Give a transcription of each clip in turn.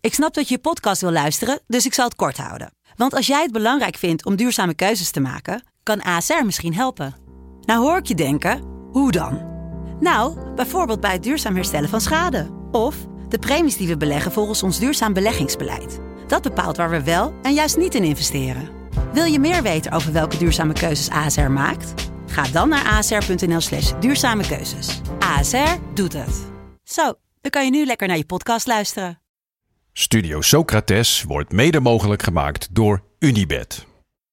Ik snap dat je podcast wil luisteren, dus ik zal het kort houden. Want als jij het belangrijk vindt om duurzame keuzes te maken, kan ASR misschien helpen. Nou hoor ik je denken, hoe dan? Nou, bijvoorbeeld bij het duurzaam herstellen van schade. Of de premies die we beleggen volgens ons duurzaam beleggingsbeleid. Dat bepaalt waar we wel en juist niet in investeren. Wil je meer weten over welke duurzame keuzes ASR maakt? Ga dan naar asr.nl/duurzame keuzes. ASR doet het. Zo, dan kan je nu lekker naar je podcast luisteren. Studio Socrates wordt mede mogelijk gemaakt door Unibed.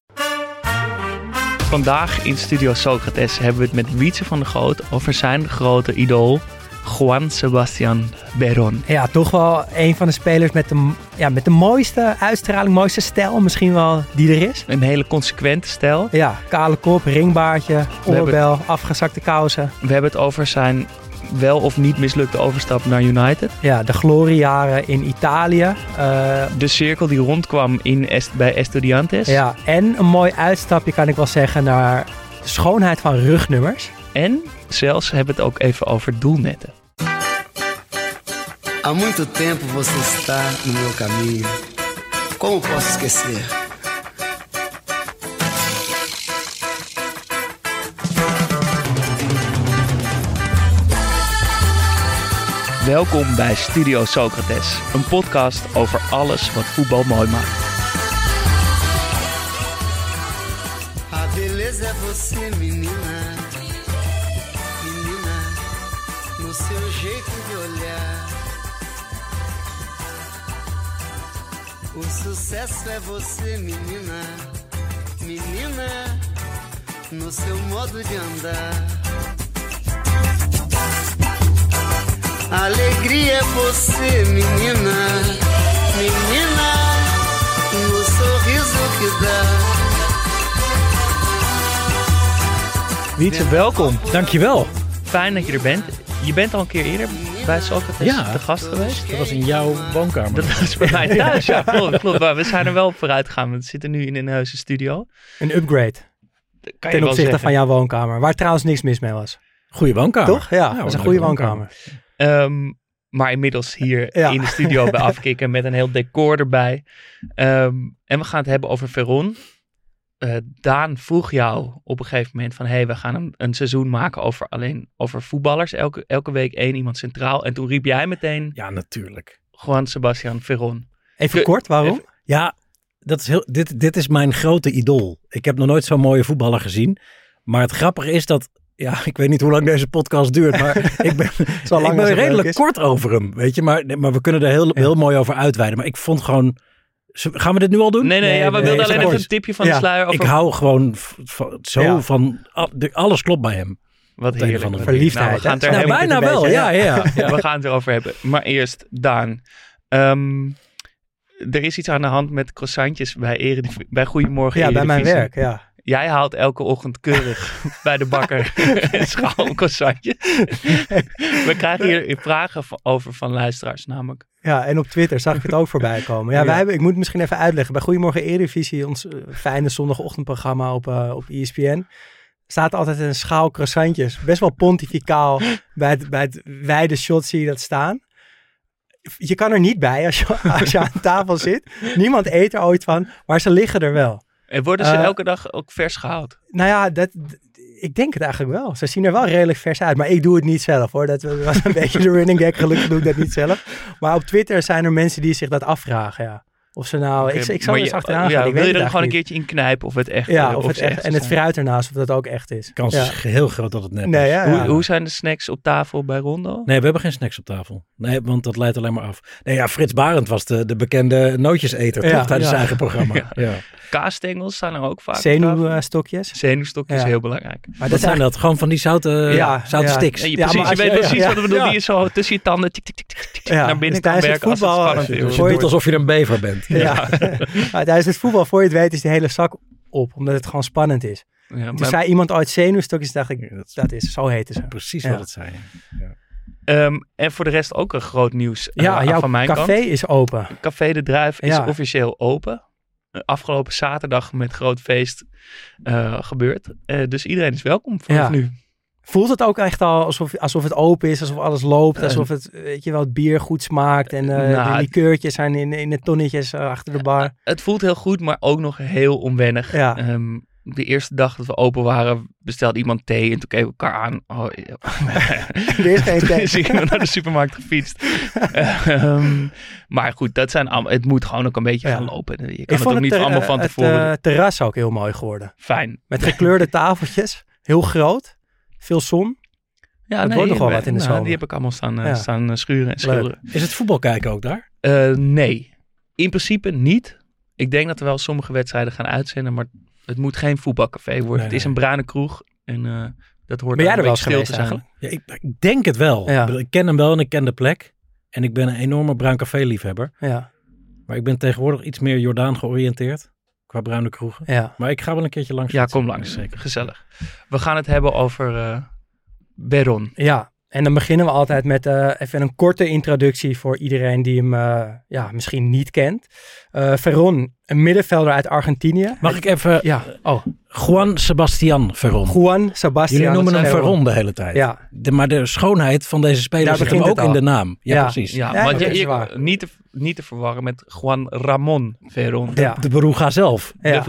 Vandaag in Studio Socrates hebben we het met Wietse van der Goot over zijn grote idool, Juan Sebastián Verón. Ja, toch wel een van de spelers met de mooiste uitstraling, mooiste stijl misschien wel die er is. Een hele consequente stijl. Ja, kale kop, ringbaardje, oorbel, afgezakte kousen. We hebben het over zijn wel of niet mislukte overstap naar United. Ja, de gloriejaren in Italië. De cirkel die rondkwam bij Estudiantes. Ja, en een mooi uitstapje kan ik wel zeggen naar de schoonheid van rugnummers. En zelfs hebben we het ook even over doelnetten. Há muito tempo você está no meu caminho. Como posso esquecer? Welkom bij Studio Socrates, een podcast over alles wat voetbal mooi maakt. A beleza é você, menina. Menina, no seu jeito de olhar. O sucesso é você, menina. Menina, no seu modo de andar. Alegria é você, menina. Menina, no sorriso que dá. Wietse, welkom. Dankjewel. Fijn dat je er bent. Je bent al een keer eerder bij Socrates te gast geweest. Dat was in jouw woonkamer. Dat was bij mij thuis, ja. Klopt. Maar we zijn er wel op vooruit gegaan. We zitten nu in een heuse studio. Een upgrade Kan je ten opzichte van jouw woonkamer. Waar trouwens niks mis mee was. Goeie woonkamer. Toch? Ja, dat was een goede woonkamer. Maar inmiddels hier in de studio bij Afkikken met een heel decor erbij. En we gaan het hebben over Verón. Daan vroeg jou op een gegeven moment van... we gaan een seizoen maken over voetballers. Elke week 1 iemand centraal. En toen riep jij meteen... Ja, natuurlijk. Juan Sebastián Verón. Even kort, waarom? Ja, dat is dit is mijn grote idool. Ik heb nog nooit zo'n mooie voetballer gezien. Maar het grappige is dat... Ja, ik weet niet hoe lang deze podcast duurt, maar ik ben redelijk kort over hem, weet je. Maar we kunnen er heel mooi over uitweiden. Maar ik vond gewoon... Gaan we dit nu al doen? Nee, we wilden alleen even een tipje van de sluier over... Ik hou gewoon van... Alles klopt bij hem. Wat heerlijk. Verliefdheid. Nou, we gaan het er bijna wel, ja. We gaan het erover hebben. Maar eerst, Daan. Er is iets aan de hand met croissantjes bij Goedemorgen Ja, bij mijn werk, ja. Jij haalt elke ochtend keurig bij de bakker een schaal croissantjes. We krijgen hier vragen over van luisteraars namelijk. Ja, en op Twitter zag ik het ook voorbij komen. Ja, ik moet het misschien even uitleggen. Bij Goedemorgen Eredivisie, ons fijne zondagochtendprogramma op ESPN... staat altijd een schaal croissantjes. Best wel pontificaal bij het wijde shot zie je dat staan. Je kan er niet bij als je aan tafel zit. Niemand eet er ooit van, maar ze liggen er wel. En worden ze elke dag ook vers gehaald? Nou ja, ik denk het eigenlijk wel. Ze zien er wel redelijk vers uit. Maar ik doe het niet zelf hoor. Dat was een beetje de running gag. Gelukkig doe ik dat niet zelf. Maar op Twitter zijn er mensen die zich dat afvragen. Ja. Of ze nou... Okay, ik zal er eens achteraan gaan. Wil je er gewoon een keertje in knijpen of het echt is? Ja, of het echt. En het fruit ernaast of dat ook echt is. Kans is heel groot dat het net is. Hoe zijn de snacks op tafel bij Rondo? Nee, we hebben geen snacks op tafel. Nee, want dat leidt alleen maar af. Nee, ja, Frits Barend was de bekende nootjeseter toch, tijdens zijn eigen programma. Ja. Kaasstengels zijn er ook vaak. Zenuwstokjes. Zenuwstokjes, heel belangrijk. Maar dat zijn dat? Gewoon van die zoute sticks. Ja, precies, je weet precies wat ik bedoel. Die is zo tussen je tanden naar binnen kan werken. Voetbal, je voelt alsof je een bever bent. Ja. Maar tijdens het voetbal, voor je het weet, is die hele zak op. Omdat het gewoon spannend is. Ja, toen zei iemand ooit zenuwstokjes, dacht ik, dat is, zo heten ze. Precies wat het zei. Ja. En voor de rest ook een groot nieuws van mijn café kant. Is open. Café De Druif is officieel open. Afgelopen zaterdag met groot feest gebeurd. Dus iedereen is welkom vanaf nu. Voelt het ook echt al alsof het open is, alsof alles loopt, alsof het, het bier goed smaakt en de likeurtjes zijn in de tonnetjes achter de bar? Het voelt heel goed, maar ook nog heel onwennig. Ja. De eerste dag dat we open waren, bestelde iemand thee en toen keken we elkaar aan. Er is geen thee. Toen is iemand naar de supermarkt gefietst. Maar goed, het moet gewoon ook een beetje gaan lopen. Je kan het ook niet allemaal van tevoren. Het terras ook heel mooi geworden. Fijn. Met gekleurde tafeltjes, heel groot, veel zon. Ja, het wordt nog wel wat in de zomer. Die heb ik allemaal staan schuren en schilderen. Is het voetbal kijken ook daar? Nee, in principe niet. Ik denk dat we wel sommige wedstrijden gaan uitzenden, maar het moet geen voetbalcafé worden. Het is een bruine kroeg en dat hoort. Ben jij er wel eens stil geweest te zijn. Ja, ik denk het wel. Ja. Ik ken hem wel en ik ken de plek. En ik ben een enorme bruin café liefhebber. Ja. Maar ik ben tegenwoordig iets meer Jordaan georiënteerd. Qua bruine kroegen. Ja. Maar ik ga wel een keertje langs. Ja, kom langs. Zeker. Gezellig. We gaan het hebben over Veron. Ja. En dan beginnen we altijd met even een korte introductie voor iedereen die hem misschien niet kent. Veron, een middenvelder uit Argentinië. Mag ik even... Ja. Juan Sebastián Veron. Juan Sebastián. Jullie noemen hem Veron de hele tijd. Ja. Maar de schoonheid van deze speler zit hem ook in de naam. Ja, precies. Ja, maar niet te verwarren met Juan Ramón Veron. De Beruga zelf. Ja.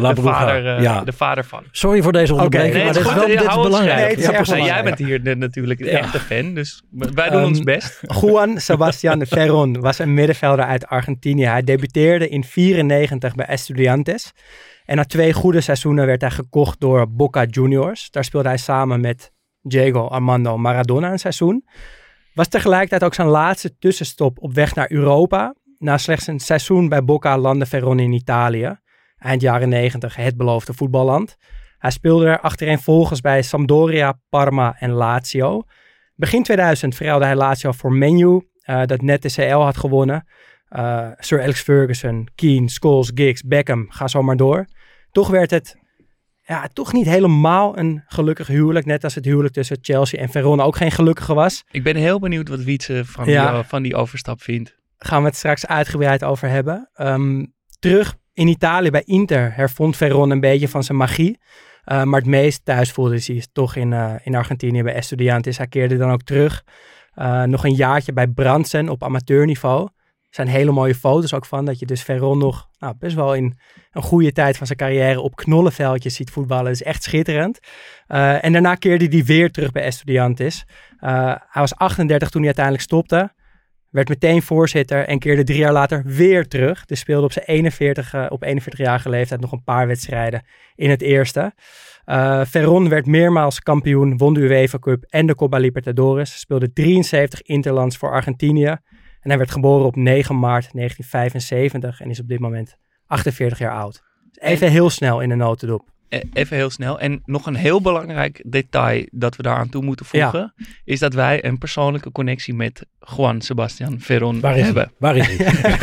De vader van. Sorry voor deze onderbreking, maar dit is belangrijk. Jij bent hier natuurlijk de echte fan, dus wij doen ons best. Juan Sebastián Veron was een middenvelder uit Argentinië. Hij debuteerde in 1994 bij Estudiantes. En na 2 goede seizoenen werd hij gekocht door Boca Juniors. Daar speelde hij samen met Diego Armando Maradona een seizoen. Was tegelijkertijd ook zijn laatste tussenstop op weg naar Europa. Na slechts een seizoen bij Boca landde Veron in Italië. Eind jaren 90 het beloofde voetballand. Hij speelde er achtereenvolgens bij Sampdoria, Parma en Lazio. Begin 2000 verruilde hij Lazio voor Man U, dat net de CL had gewonnen. Sir Alex Ferguson, Keane, Scholes, Giggs, Beckham, ga zo maar door. Toch werd het toch niet helemaal een gelukkig huwelijk. Net als het huwelijk tussen Chelsea en Veron ook geen gelukkige was. Ik ben heel benieuwd wat Wietse van die overstap vindt. Gaan we het straks uitgebreid over hebben. Terug in Italië bij Inter hervond Veron een beetje van zijn magie. Maar het meest thuis voelde hij toch in Argentinië bij Estudiantes. Hij keerde dan ook terug. Nog een jaartje bij Brandsen op amateurniveau. Er zijn hele mooie foto's ook van. Dat je dus Veron nog best wel in een goede tijd van zijn carrière op knollenveldjes ziet voetballen. Dat is echt schitterend. En daarna keerde hij weer terug bij Estudiantes. Hij was 38 toen hij uiteindelijk stopte. Werd meteen voorzitter en keerde 3 jaar later weer terug. Dus speelde op zijn 41-jarige leeftijd nog een paar wedstrijden in het eerste. Veron werd meermaals kampioen, won de UEFA Cup en de Copa Libertadores. Speelde 73 interlands voor Argentinië. En hij werd geboren op 9 maart 1975 en is op dit moment 48 jaar oud. Dus even heel snel in de notendop. Even heel snel. En nog een heel belangrijk detail dat we daaraan toe moeten voegen, is dat wij een persoonlijke connectie met Juan Sebastián Veron hebben. Waar is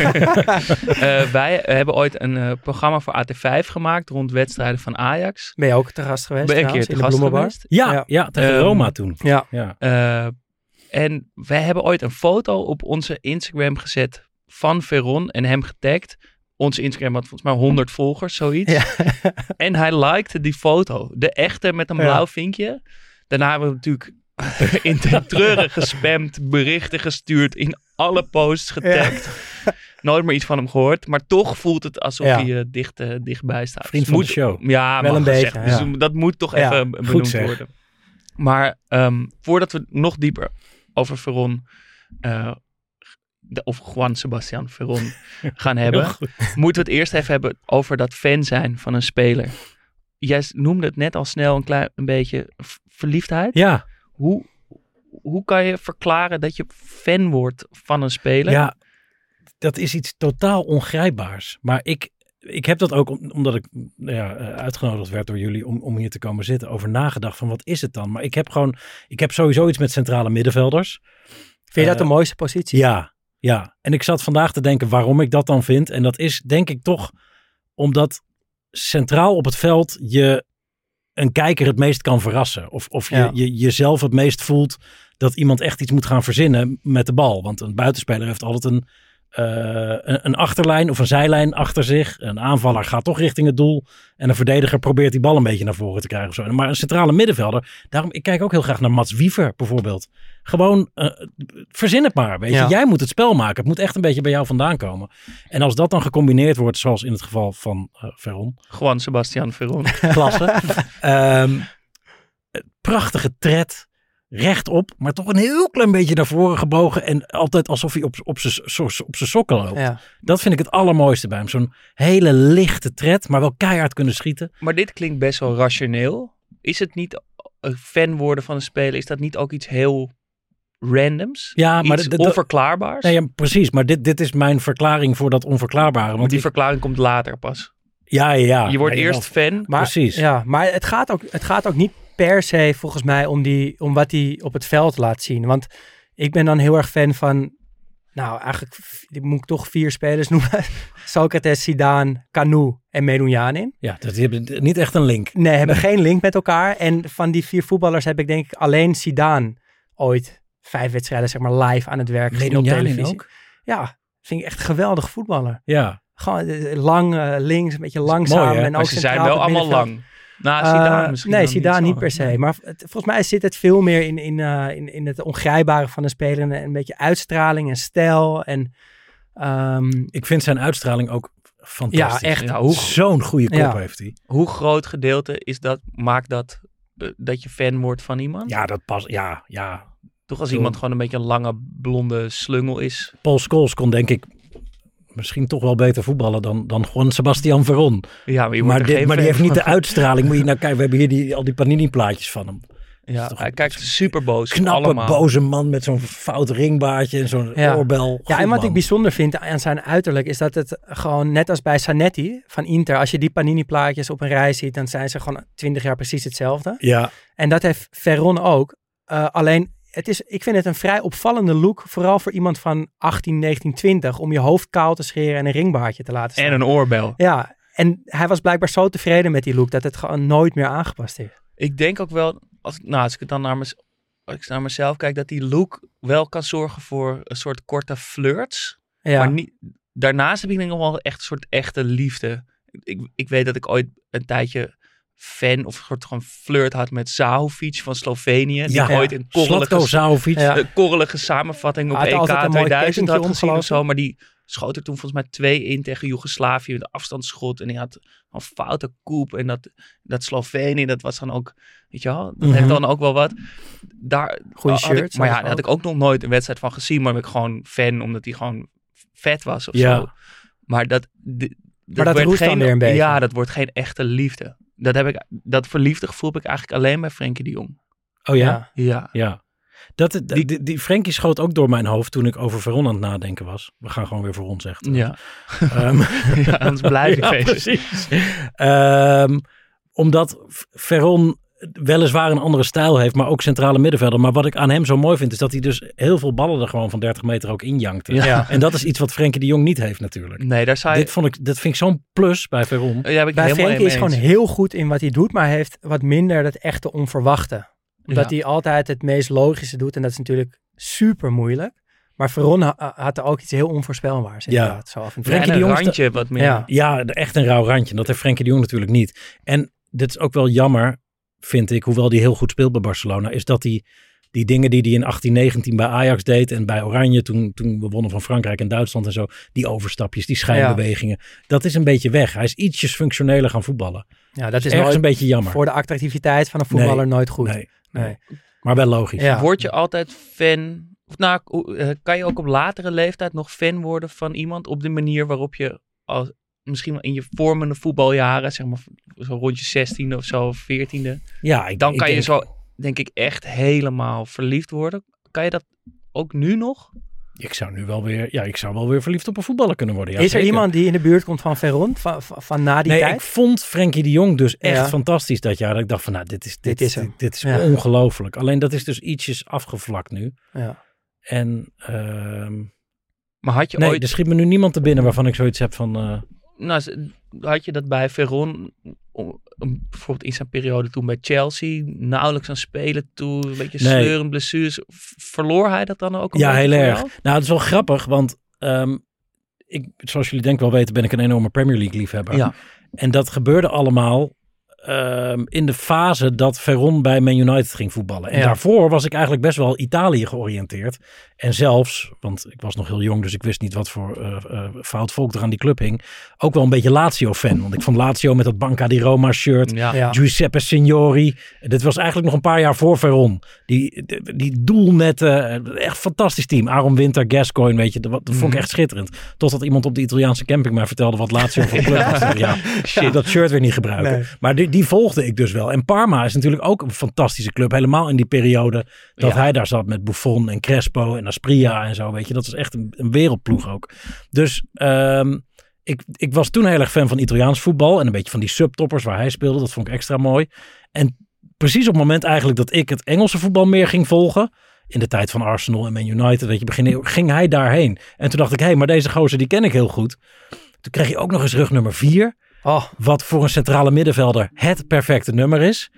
hij? Wij hebben ooit een programma voor AT5 gemaakt rond wedstrijden van Ajax. Ben je ook te gast geweest? Ben je een keer te gast geweest? Ja, tegen Roma toen. Ja. En wij hebben ooit een foto op onze Instagram gezet van Veron en hem getagd. Onze Instagram had volgens mij 100 volgers, zoiets. Ja. En hij likte die foto. De echte met een blauw vinkje. Daarna hebben we natuurlijk in ten treuren gespamd, berichten gestuurd, in alle posts getagd. Ja. Nooit meer iets van hem gehoord. Maar toch voelt het alsof hij dichtbij staat. Vriend van de show. Ja, wel een beetje. Dus dat moet toch even benoemd worden. Maar voordat we nog dieper over Veron of Juan Sebastián Veron gaan hebben, moeten we het eerst even hebben over dat fan zijn van een speler. Jij noemde het net al snel een beetje verliefdheid. Ja. Hoe kan je verklaren dat je fan wordt van een speler? Ja, dat is iets totaal ongrijpbaars. Maar ik heb dat ook, omdat ik uitgenodigd werd door jullie om hier te komen zitten, over nagedacht van wat is het dan? Maar ik heb sowieso iets met centrale middenvelders. Vind je dat de mooiste positie? Ja. En ik zat vandaag te denken waarom ik dat dan vind. En dat is denk ik toch omdat centraal op het veld je een kijker het meest kan verrassen. Of je jezelf het meest voelt dat iemand echt iets moet gaan verzinnen met de bal. Want een buitenspeler heeft altijd een achterlijn of een zijlijn achter zich. Een aanvaller gaat toch richting het doel. En een verdediger probeert die bal een beetje naar voren te krijgen. Of zo. Maar een centrale middenvelder. Daarom, ik kijk ook heel graag naar Mats Wiever bijvoorbeeld. Gewoon, verzin het maar. Weet je? Jij moet het spel maken. Het moet echt een beetje bij jou vandaan komen. En als dat dan gecombineerd wordt, zoals in het geval van Veron. Juan Sebastian Veron. Klasse. Prachtige tred. Rechtop, maar toch een heel klein beetje naar voren gebogen. En altijd alsof hij op zijn sokken loopt. Ja. Dat vind ik het allermooiste bij hem. Zo'n hele lichte tred, maar wel keihard kunnen schieten. Maar dit klinkt best wel rationeel. Is het niet een fan worden van een speler? Is dat niet ook iets heel randoms? Ja, maar iets onverklaarbaars? Nee, ja, precies. Maar dit is mijn verklaring voor dat onverklaarbare. Want die verklaring komt later pas. Ja. Je wordt eerst fan. Maar, precies. Ja, maar het gaat ook niet per se volgens mij om wat hij op het veld laat zien. Want ik ben dan heel erg fan van, nou eigenlijk moet ik toch 4 spelers noemen. Socrates, Zidane, Canu en Medunjanin. Ja, die hebben niet echt een link. Nee, hebben geen link met elkaar. En van die 4 voetballers heb ik denk ik alleen Zidane ooit 5 wedstrijden zeg maar live aan het werk gezien op televisie. Ook? Ja, vind ik echt een geweldig voetballer. Ja. Gewoon lang links, een beetje langzaam. Mooi, en ook ze zijn wel allemaal lang. Nou, Zidane misschien. Nee, Zidane niet per se. Maar volgens mij zit het veel meer in het ongrijpbare van een speler. En een beetje uitstraling en stijl. En, ik vind zijn uitstraling ook fantastisch. Ja, echt. Ja, zo'n goede kop heeft hij. Hoe groot gedeelte is dat, maakt dat je fan wordt van iemand? Ja, dat past. Ja. Toch als iemand gewoon een beetje een lange blonde slungel is. Paul Scholes kon denk ik misschien toch wel beter voetballen dan Juan Sebastian Veron. Ja, maar die heeft niet de uitstraling. Moet je nou kijken, we hebben hier al die Panini plaatjes van hem. Ja, hij kijkt super boos. Knappe, boze man met zo'n fout ringbaardje en zo'n oorbel. Ja, en wat ik bijzonder vind aan zijn uiterlijk is dat het gewoon net als bij Zanetti van Inter, als je die Panini plaatjes op een rij ziet, dan zijn ze gewoon 20 jaar precies hetzelfde. Ja. En dat heeft Veron ook. Alleen ik vind het een vrij opvallende look, vooral voor iemand van 18, 19, 20, om je hoofd kaal te scheren en een ringbaardje te laten staan. En een oorbel. Ja, en hij was blijkbaar zo tevreden met die look dat het gewoon nooit meer aangepast is. Ik denk ook wel, als ik het dan naar mezelf kijk, dat die look wel kan zorgen voor een soort korte flirts. Ja. Maar daarnaast heb ik denk ik nog wel echt een soort echte liefde. Ik weet dat ik ooit een tijdje fan of soort gewoon flirt had met Zahovic van Slovenië. Die ooit een korrelige samenvatting op EK 2000 had gezien of zo. Maar die schoot er toen volgens mij 2 in tegen Joegoslavië met afstandsschot. En die had een foute koep. En dat Slovenië, dat was dan ook, weet je wel, dat heeft dan ook wel wat. Goeie shirt. Maar daar had ik ook nog nooit een wedstrijd van gezien. Maar ben ik gewoon fan omdat hij gewoon vet was of zo. Maar dat roest dan weer een beetje. Ja, dat wordt geen echte liefde. Dat verliefde gevoel heb ik eigenlijk alleen bij Frenkie de Jong. Oh ja? Ja. Die Frenkie schoot ook door mijn hoofd toen ik over Veron aan het nadenken was. We gaan gewoon weer Veron zeggen. Ja. Anders blijf ik precies. Omdat Veron weliswaar een andere stijl heeft, maar ook centrale middenvelder. Maar wat ik aan hem zo mooi vind, is dat hij dus heel veel ballen er gewoon van 30 meter ook injankte. Ja. En dat is iets wat Frenkie de Jong niet heeft natuurlijk. Nee, dat vind ik zo'n plus bij Veron. Bij Frenkie is gewoon heel goed in wat hij doet, maar hij heeft wat minder dat echte onverwachte. Omdat hij altijd het meest logische doet en dat is natuurlijk super moeilijk. Maar Veron had er ook iets heel onvoorspelbaars inderdaad. Zo af en toe. Frenkie de Jong randje wat meer. Ja, echt een rauw randje. Dat heeft Frenkie de Jong natuurlijk niet. En dit is ook wel jammer, vind ik, hoewel die heel goed speelt bij Barcelona, is dat die dingen die hij in 18-19 bij Ajax deed en bij Oranje, toen we wonnen van Frankrijk en Duitsland en zo, die overstapjes, die schijnbewegingen, dat is een beetje weg. Hij is ietsjes functioneler gaan voetballen. Ja, dat is ergens een beetje jammer. Voor de attractiviteit van een voetballer nooit goed. Nee. Maar wel logisch. Ja. Word je altijd fan, kan je ook op latere leeftijd nog fan worden van iemand op de manier waarop je misschien wel in je vormende voetbaljaren, zeg maar zo rond je 16e of zo, 14e. Ja, dan kan je zo, denk ik, echt helemaal verliefd worden. Kan je dat ook nu nog? Ik zou wel weer verliefd op een voetballer kunnen worden. Ja, is er iemand die in de buurt komt van Veron, van na die tijd? Ik vond Frenkie de Jong dus echt fantastisch dat jaar. Dat ik dacht van, dit is ongelooflijk. Alleen dat is dus ietsjes afgevlakt nu. Ja. En maar had je ooit... er schiet me nu niemand te binnen waarvan ik zoiets heb van... had je dat bij Veron, bijvoorbeeld in zijn periode toen bij Chelsea, nauwelijks aan spelen toe, een beetje sleurend blessures. Verloor hij dat dan ook? Ja, heel erg. Nou, het is wel grappig, want zoals jullie denk ik wel weten, ben ik een enorme Premier League liefhebber. Ja. En dat gebeurde allemaal in de fase dat Veron bij Man United ging voetballen. En daarvoor was ik eigenlijk best wel Italië georiënteerd. En zelfs, want ik was nog heel jong, dus ik wist niet wat voor fout volk er aan die club hing. Ook wel een beetje Lazio-fan. Want ik vond Lazio met dat Banca di Roma shirt. Ja. Giuseppe Signori. Dit was eigenlijk nog een paar jaar voor Veron. Die doelnetten, echt fantastisch team. Aaron Winter, Gascoigne, weet je. Dat vond ik echt schitterend. Totdat iemand op de Italiaanse camping mij vertelde wat Lazio voor club was. Ja, shit, dat shirt weer niet gebruiken. Nee. Maar die volgde ik dus wel. En Parma is natuurlijk ook een fantastische club. Helemaal in die periode dat hij daar zat met Buffon en Crespo en Asprilla en zo, weet je. Dat was echt een wereldploeg ook. Dus ik was toen heel erg fan van Italiaans voetbal en een beetje van die subtoppers waar hij speelde. Dat vond ik extra mooi. En precies op het moment eigenlijk dat ik het Engelse voetbal meer ging volgen, in de tijd van Arsenal en Man United, weet je, ging hij daarheen. En toen dacht ik, maar deze gozer die ken ik heel goed. Toen kreeg je ook nog eens rug nummer 4. Wat voor een centrale middenvelder het perfecte nummer is.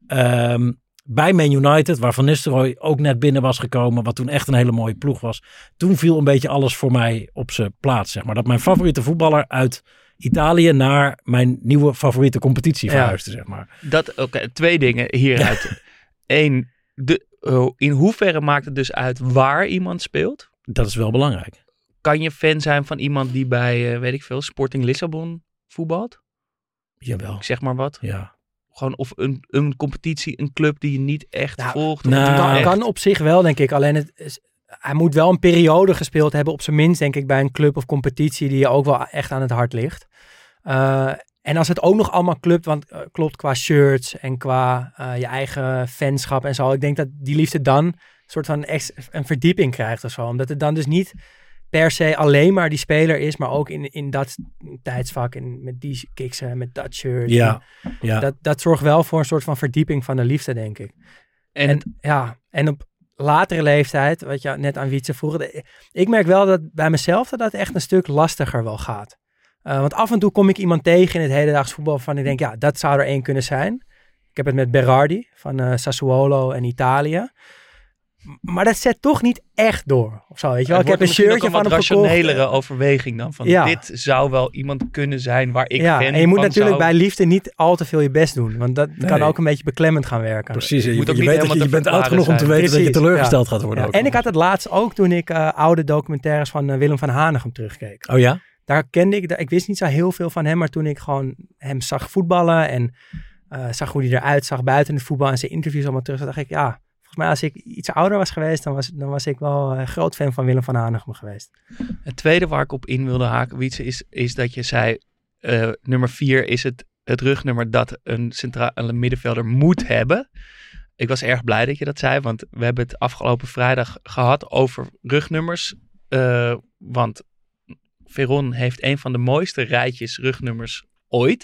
Bij Man United, waar Van Nistelrooy ook net binnen was gekomen, wat toen echt een hele mooie ploeg was. Toen viel een beetje alles voor mij op zijn plaats, zeg maar. Dat mijn favoriete voetballer uit Italië naar mijn nieuwe favoriete competitie verhuisde, zeg maar. Twee dingen hieruit. Eén, in hoeverre maakt het dus uit waar iemand speelt? Dat is wel belangrijk. Kan je fan zijn van iemand die bij, weet ik veel, Sporting Lissabon voetbalt? Jawel. Ik zeg maar wat. Ja. Gewoon of een competitie, een club die je niet echt volgt. Kan op zich wel, denk ik. Alleen hij moet wel een periode gespeeld hebben, op zijn minst, denk ik, bij een club of competitie die je ook wel echt aan het hart ligt. En als het ook nog allemaal klopt qua shirts en qua je eigen fanschap en zo. Ik denk dat die liefde dan een soort van een verdieping krijgt of zo. Omdat het dan dus niet per se alleen maar die speler is, maar ook in dat tijdsvak en met die kiksen, met dat shirt. Ja. Dat zorgt wel voor een soort van verdieping van de liefde, denk ik. En op latere leeftijd, wat je net aan Wietse vroeg, ik merk wel dat bij mezelf dat echt een stuk lastiger wel gaat. Want af en toe kom ik iemand tegen in het hedendaags voetbal waarvan ik denk, dat zou er één kunnen zijn. Ik heb het met Berardi van Sassuolo en Italië. Maar dat zet toch niet echt door. Of zo, weet je wel? Ik heb een shirtje van hem gekocht. Een rationelere overweging dan. Van dit zou wel iemand kunnen zijn waar ik fan van. En je moet natuurlijk bij liefde niet al te veel je best doen. Want dat kan ook een beetje beklemmend gaan werken. Precies. Je bent oud genoeg om te weten dat je teleurgesteld gaat worden. Ja. En ik had het laatst ook toen ik oude documentaires van Willem van Hanegem terugkeek. Oh ja? Daar kende ik wist niet zo heel veel van hem. Maar toen ik gewoon hem zag voetballen en zag hoe hij eruit zag buiten het voetbal en zijn interviews allemaal terug, dacht ik, volgens mij als ik iets ouder was geweest, dan was ik wel een groot fan van Willem van Hanegem geweest. Het tweede waar ik op in wilde haken, Wietse, is dat je zei, nummer 4 is het rugnummer dat een centrale middenvelder moet hebben. Ik was erg blij dat je dat zei, want we hebben het afgelopen vrijdag gehad over rugnummers. Want Veron heeft een van de mooiste rijtjes rugnummers ooit.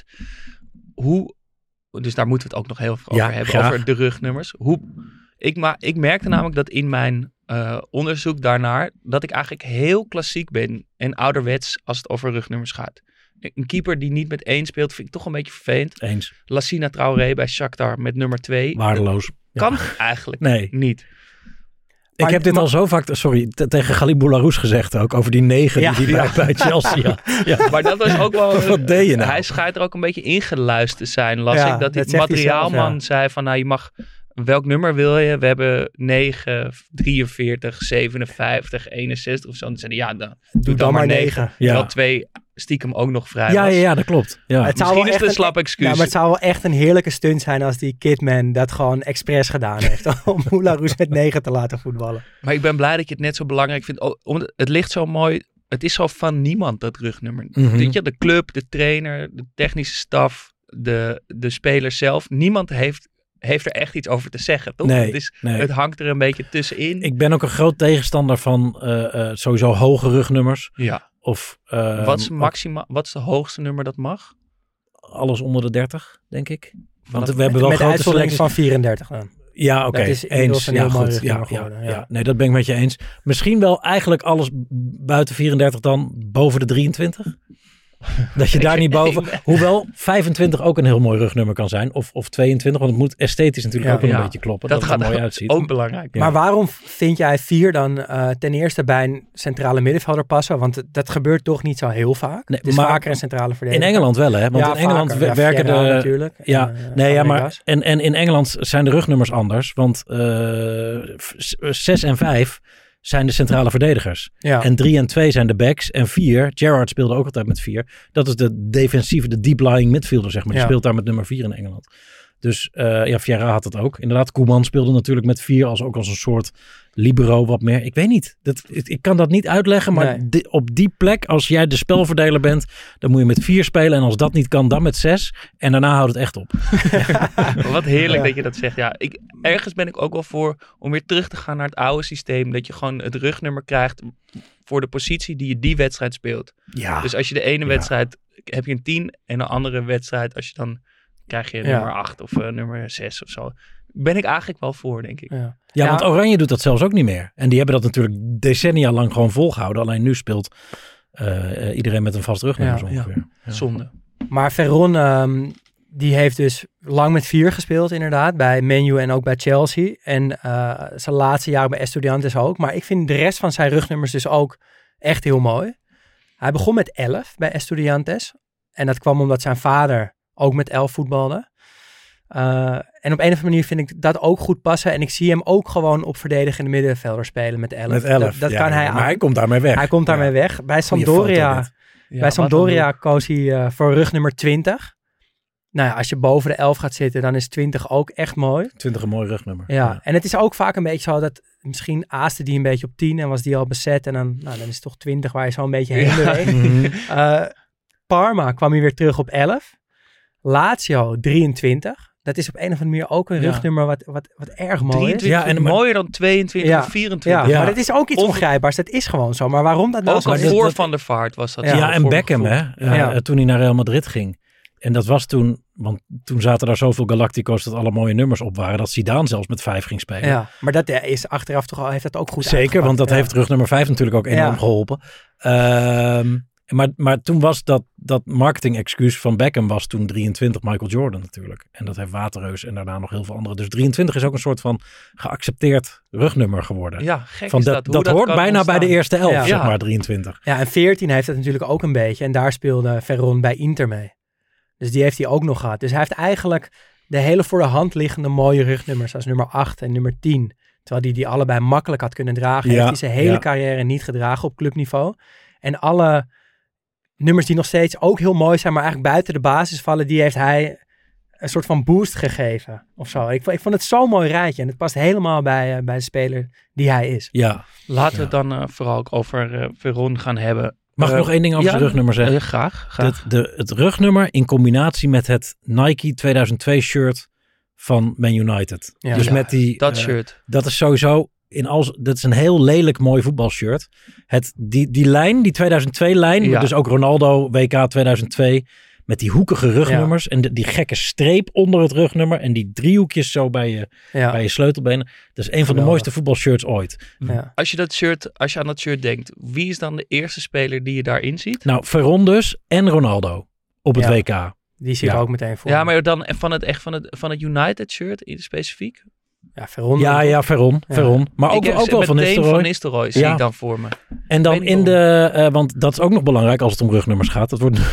Dus daar moeten we het ook nog heel veel over hebben, over de rugnummers. Ik merkte namelijk dat in mijn onderzoek daarnaar, dat ik eigenlijk heel klassiek ben en ouderwets als het over rugnummers gaat. Een keeper die niet met 1 speelt, vind ik toch een beetje vervelend. Eens. Lassina Traoré bij Shakhtar met nummer 2. Waardeloos. Kan eigenlijk niet. Ik heb dit al zo vaak, tegen Galib Boularoes gezegd ook, over die 9 die bij Chelsea. Ja. Maar dat was ook wel... Wat deed je nou? Hij schijnt er ook een beetje ingeluisterd te zijn, las ik. Dat die materiaalman zei van, je mag... Welk nummer wil je? We hebben 9, 43, 57, 61 of zo. Dan zeiden dan doe dan maar 9. Terwijl 2 stiekem ook nog vrij was. Ja, dat klopt. Ja. Misschien is het een slap excuus. Ja, maar het zou wel echt een heerlijke stunt zijn als die Kidman dat gewoon expres gedaan heeft. Om Boularoes met 9 te laten voetballen. Maar ik ben blij dat je het net zo belangrijk vindt. Omdat het ligt zo mooi. Het is zo van niemand, dat rugnummer. Weet je, de club, de trainer, de technische staf, de speler zelf. Niemand heeft er echt iets over te zeggen, toch? Het hangt er een beetje tussenin. Ik ben ook een groot tegenstander van sowieso hoge rugnummers. Ja. Of, wat is de hoogste nummer dat mag? Alles onder de 30, denk ik. Want we hebben wel met grote selecties van 34 dan. Ja, oké. Dat is eens. Een heel mooi Nee, dat ben ik met je eens. Misschien wel eigenlijk alles buiten 34 dan boven de 23. Dat je daar niet boven... Hoewel 25 ook een heel mooi rugnummer kan zijn. Of 22, want het moet esthetisch natuurlijk ook wel een beetje kloppen. Dat het er mooi uitziet. Ook belangrijk. Ja. Maar waarom vind jij 4 dan ten eerste bij een centrale middenvelder passen? Want dat gebeurt toch niet zo heel vaak. Nee, het is vaker een centrale verdediger. In Engeland wel, hè? Want in Engeland werken de... natuurlijk. Ja, maar en in Engeland zijn de rugnummers anders. Want 6 en 5... zijn de centrale verdedigers. Ja. En 3 en 2 zijn de backs. En 4, Gerrard speelde ook altijd met 4. Dat is de defensieve, de deep-lying midfielder, zeg maar. Die speelt daar met nummer 4 in Engeland. Dus Vieira had het ook. Inderdaad, Koeman speelde natuurlijk met 4 ook als een soort libero wat meer. Ik weet niet. Ik kan dat niet uitleggen, maar op die plek, als jij de spelverdeler bent, dan moet je met 4 spelen. En als dat niet kan, dan met 6. En daarna houdt het echt op. Wat heerlijk dat je dat zegt. Ja, ergens ben ik ook wel voor om weer terug te gaan naar het oude systeem. Dat je gewoon het rugnummer krijgt voor de positie die je die wedstrijd speelt. Ja. Dus als je de ene wedstrijd heb je een 10 en de andere wedstrijd als je dan krijg je nummer 8 of nummer 6 of zo. Ben ik eigenlijk wel voor, denk ik. Ja, want Oranje doet dat zelfs ook niet meer. En die hebben dat natuurlijk decennia lang gewoon volgehouden. Alleen nu speelt iedereen met een vast rugnummer ongeveer. Ja. Zonde. Maar Veron, die heeft dus lang met 4 gespeeld inderdaad. Bij Man U en ook bij Chelsea. En zijn laatste jaren bij Estudiantes ook. Maar ik vind de rest van zijn rugnummers dus ook echt heel mooi. Hij begon met 11 bij Estudiantes. En dat kwam omdat zijn vader ook met 11 voetbalde. En op een of andere manier vind ik dat ook goed passen. En ik zie hem ook gewoon op verdedigende middenvelder spelen met 11. Met 11, dat kan hij aan. Maar hij komt daarmee weg. Hij komt daarmee weg. Bij Sampdoria koos hij voor rugnummer 20. Nou ja, als je boven de 11 gaat zitten, dan is 20 ook echt mooi. 20 een mooi rugnummer. Ja, en het is ook vaak een beetje zo dat misschien aaste die een beetje op 10 en was die al bezet. En dan is het toch 20 waar je zo een beetje heen beweegt. Parma kwam hij weer terug op 11. Lazio 23. Dat is op een of andere manier ook een rugnummer wat erg mooi is. Ja, en mooier dan 22 of 24. Ja, maar dat is ook iets ongrijpbaars. Dat is gewoon zo. Maar waarom dat nou ook al voor Van der Vaart was dat. Ja, en Beckham, toen hij naar Real Madrid ging. En dat was toen, want toen zaten daar zoveel Galactico's dat alle mooie nummers op waren, dat Zidane zelfs met 5 ging spelen. Ja, maar dat is achteraf toch al, heeft dat ook goed Zeker, uitgepakt. Want dat heeft rugnummer 5 natuurlijk ook enorm geholpen. Maar toen was dat marketing-excuus van Beckham was toen 23 Michael Jordan natuurlijk. En dat heeft Waterreus en daarna nog heel veel andere. Dus 23 is ook een soort van geaccepteerd rugnummer geworden. Ja, gek van is dat. Dat hoort bijna bij de eerste 11, zeg maar, 23. Ja, en 14 heeft dat natuurlijk ook een beetje. En daar speelde Veron bij Inter mee. Dus die heeft hij ook nog gehad. Dus hij heeft eigenlijk de hele voor de hand liggende mooie rugnummers als nummer 8 en nummer 10. Terwijl hij die allebei makkelijk had kunnen dragen. Heeft hij zijn hele carrière niet gedragen op clubniveau. En alle nummers die nog steeds ook heel mooi zijn, maar eigenlijk buiten de basis vallen, die heeft hij een soort van boost gegeven. Of zo. Ik vond het zo'n mooi rijtje. En het past helemaal bij de speler die hij is. Ja. Laten we het dan vooral ook over Veron gaan hebben. Mag ik nog één ding over zijn rugnummer zeggen? Graag. Het rugnummer in combinatie met het Nike 2002 shirt van Man United. Ja. Dus met die... Dat shirt. Dat is sowieso... dat is een heel lelijk mooi voetbalshirt. Die lijn, die 2002-lijn, dus ook Ronaldo, WK 2002... met die hoekige rugnummers en die gekke streep onder het rugnummer en die driehoekjes zo bij je sleutelbenen. Dat is een van de mooiste voetbalshirts ooit. Ja. Als je aan dat shirt denkt, wie is dan de eerste speler die je daarin ziet? Nou, Veron dus en Ronaldo op het WK. Die zie ik ook meteen voor. Ja, maar dan van het United shirt specifiek? Ja, Veron. Ja, Veron. Maar ook wel Van Nistelrooy. Van Nistelrooy zie ik dan voor me. En dan want dat is ook nog belangrijk als het om rugnummers gaat.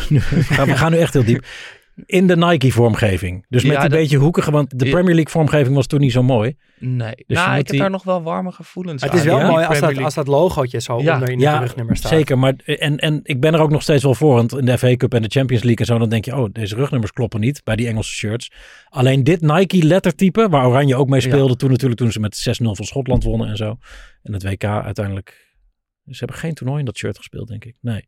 We gaan nu echt heel diep. In de Nike-vormgeving. Dus met een beetje hoekige, want de Premier League-vormgeving was toen niet zo mooi. Nee, dus ik heb daar nog wel warme gevoelens aan. Het is wel mooi als dat logootje zo onder in het rugnummer staat. Zeker, maar en ik ben er ook nog steeds wel voor, want in de FA Cup en de Champions League en zo, dan denk je, deze rugnummers kloppen niet bij die Engelse shirts. Alleen dit Nike-lettertype, waar Oranje ook mee speelde toen ze met 6-0 van Schotland wonnen en zo. En het WK uiteindelijk, ze hebben geen toernooi in dat shirt gespeeld, denk ik. Nee.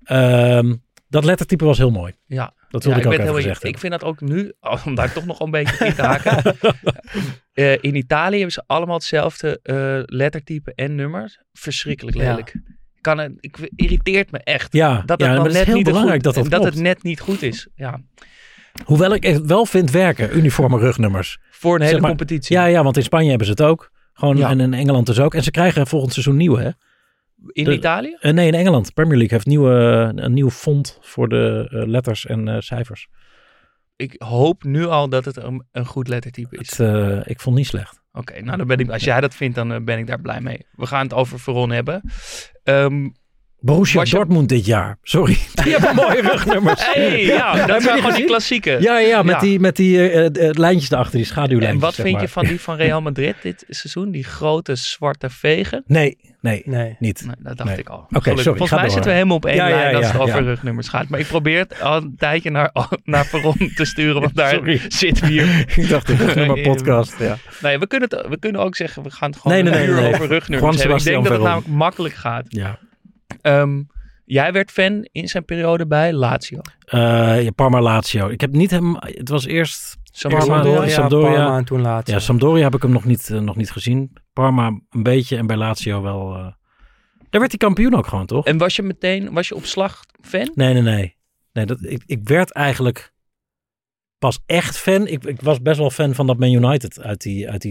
Dat lettertype was heel mooi. Ja. Dat wilde ik ook even gezegd hebben. Ik vind dat ook nu, om daar toch nog een beetje in te haken. In Italië hebben ze allemaal hetzelfde lettertype en nummers. Verschrikkelijk lelijk. Het irriteert me echt. Ja, dat het is heel belangrijk dat het net niet goed is. Ja. Hoewel ik het wel vind werken, uniforme rugnummers. Voor een hele competitie. Ja, want in Spanje hebben ze het ook. Gewoon en in Engeland dus ook. En ze krijgen volgend seizoen nieuwe, hè? In Italië? Nee, in Engeland. Premier League heeft een nieuw font voor de letters en cijfers. Ik hoop nu al dat het een goed lettertype is. Ik vond het niet slecht. Oké, nou dan ben ik, als jij dat vindt, dan ben ik daar blij mee. We gaan het over Veron hebben. Borussia Dortmund dit jaar. Sorry, die hebben mooie rugnummers. Dat zijn gewoon die klassieke. Ja, met die lijntjes erachter, die schaduwlijntjes. En wat vind je van die van Real Madrid dit seizoen? Die grote zwarte vegen? Nee, niet. Nee, dat dacht ik al. Oké, sorry. Volgens mij zitten we helemaal op één lijn als het over rugnummers gaat. Maar ik probeer het al een tijdje naar Veron te sturen, want daar zitten we hier. Ik dacht, dit is maar podcast. Ja. Nee, we kunnen ook zeggen, we gaan het gewoon een uur over rugnummers hebben. Ik denk dat het namelijk makkelijk gaat. Ja. Jij werd fan in zijn periode bij Lazio. Parma-Lazio. Ik heb niet hem. Het was eerst Sampdoria Parma en toen Lazio. Ja, Sampdoria heb ik hem nog niet gezien. Parma een beetje en bij Lazio wel. Daar werd hij kampioen ook gewoon, toch? En was je op slag fan? Nee. Ik werd eigenlijk pas echt fan. Ik was best wel fan van dat Man United uit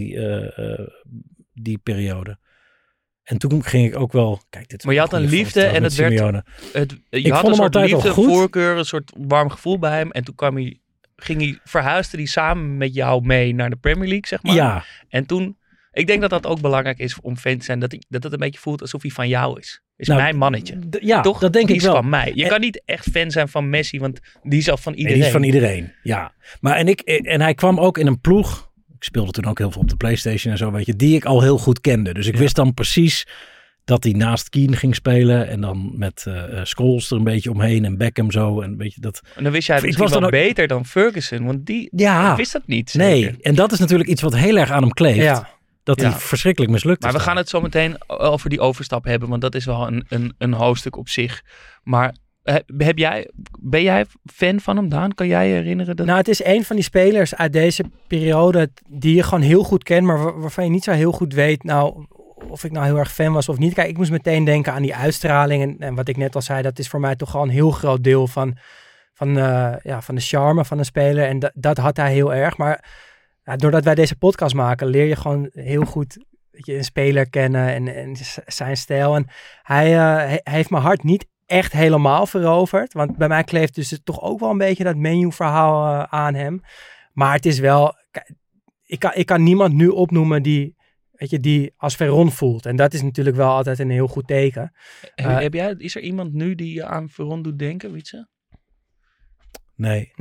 die periode. En toen ging ik ook wel... Kijk, maar je had een liefde en het Simeone. Je had een soort liefde, voorkeur, een soort warm gevoel bij hem. En toen verhuisde hij samen met jou mee naar de Premier League, zeg maar. Ja. En toen... Ik denk dat dat ook belangrijk is om fan te zijn. Dat het een beetje voelt alsof hij van jou is. Mijn mannetje. Toch? Dat denk ik wel. Die is van mij. Je kan niet echt fan zijn van Messi, want die is al van iedereen. Die is van iedereen, ja. Maar en hij kwam ook in een ploeg... Ik speelde toen ook heel veel op de PlayStation en zo, weet je, die ik al heel goed kende. Dus ik wist dan precies dat hij naast Keane ging spelen en dan met Scholes er een beetje omheen en Beckham zo. En, weet je, dat... en dan wist jij misschien wel beter dan Ferguson, want die wist dat niet. Zeker. Nee, en dat is natuurlijk iets wat heel erg aan hem kleeft. Ja. Dat hij verschrikkelijk mislukt is. Maar we gaan het zo meteen over die overstap hebben, want dat is wel een hoofdstuk op zich. Maar... Ben jij fan van hem, Daan? Kan jij je herinneren? Dat... Nou, het is een van die spelers uit deze periode die je gewoon heel goed kent, maar waarvan je niet zo heel goed weet of ik nou heel erg fan was of niet. Kijk, ik moest meteen denken aan die uitstraling en wat ik net al zei, dat is voor mij toch gewoon een heel groot deel van de charme van een speler en dat had hij heel erg. Maar doordat wij deze podcast maken, leer je gewoon heel goed een speler kennen en zijn stijl. En hij heeft mijn hart niet echt helemaal veroverd. Want bij mij kleeft dus toch ook wel een beetje dat menu-verhaal aan hem. Maar het is wel... Ik kan niemand nu opnoemen die als Veron voelt. En dat is natuurlijk wel altijd een heel goed teken. Is er iemand nu die je aan Veron doet denken, Wietse? Nee.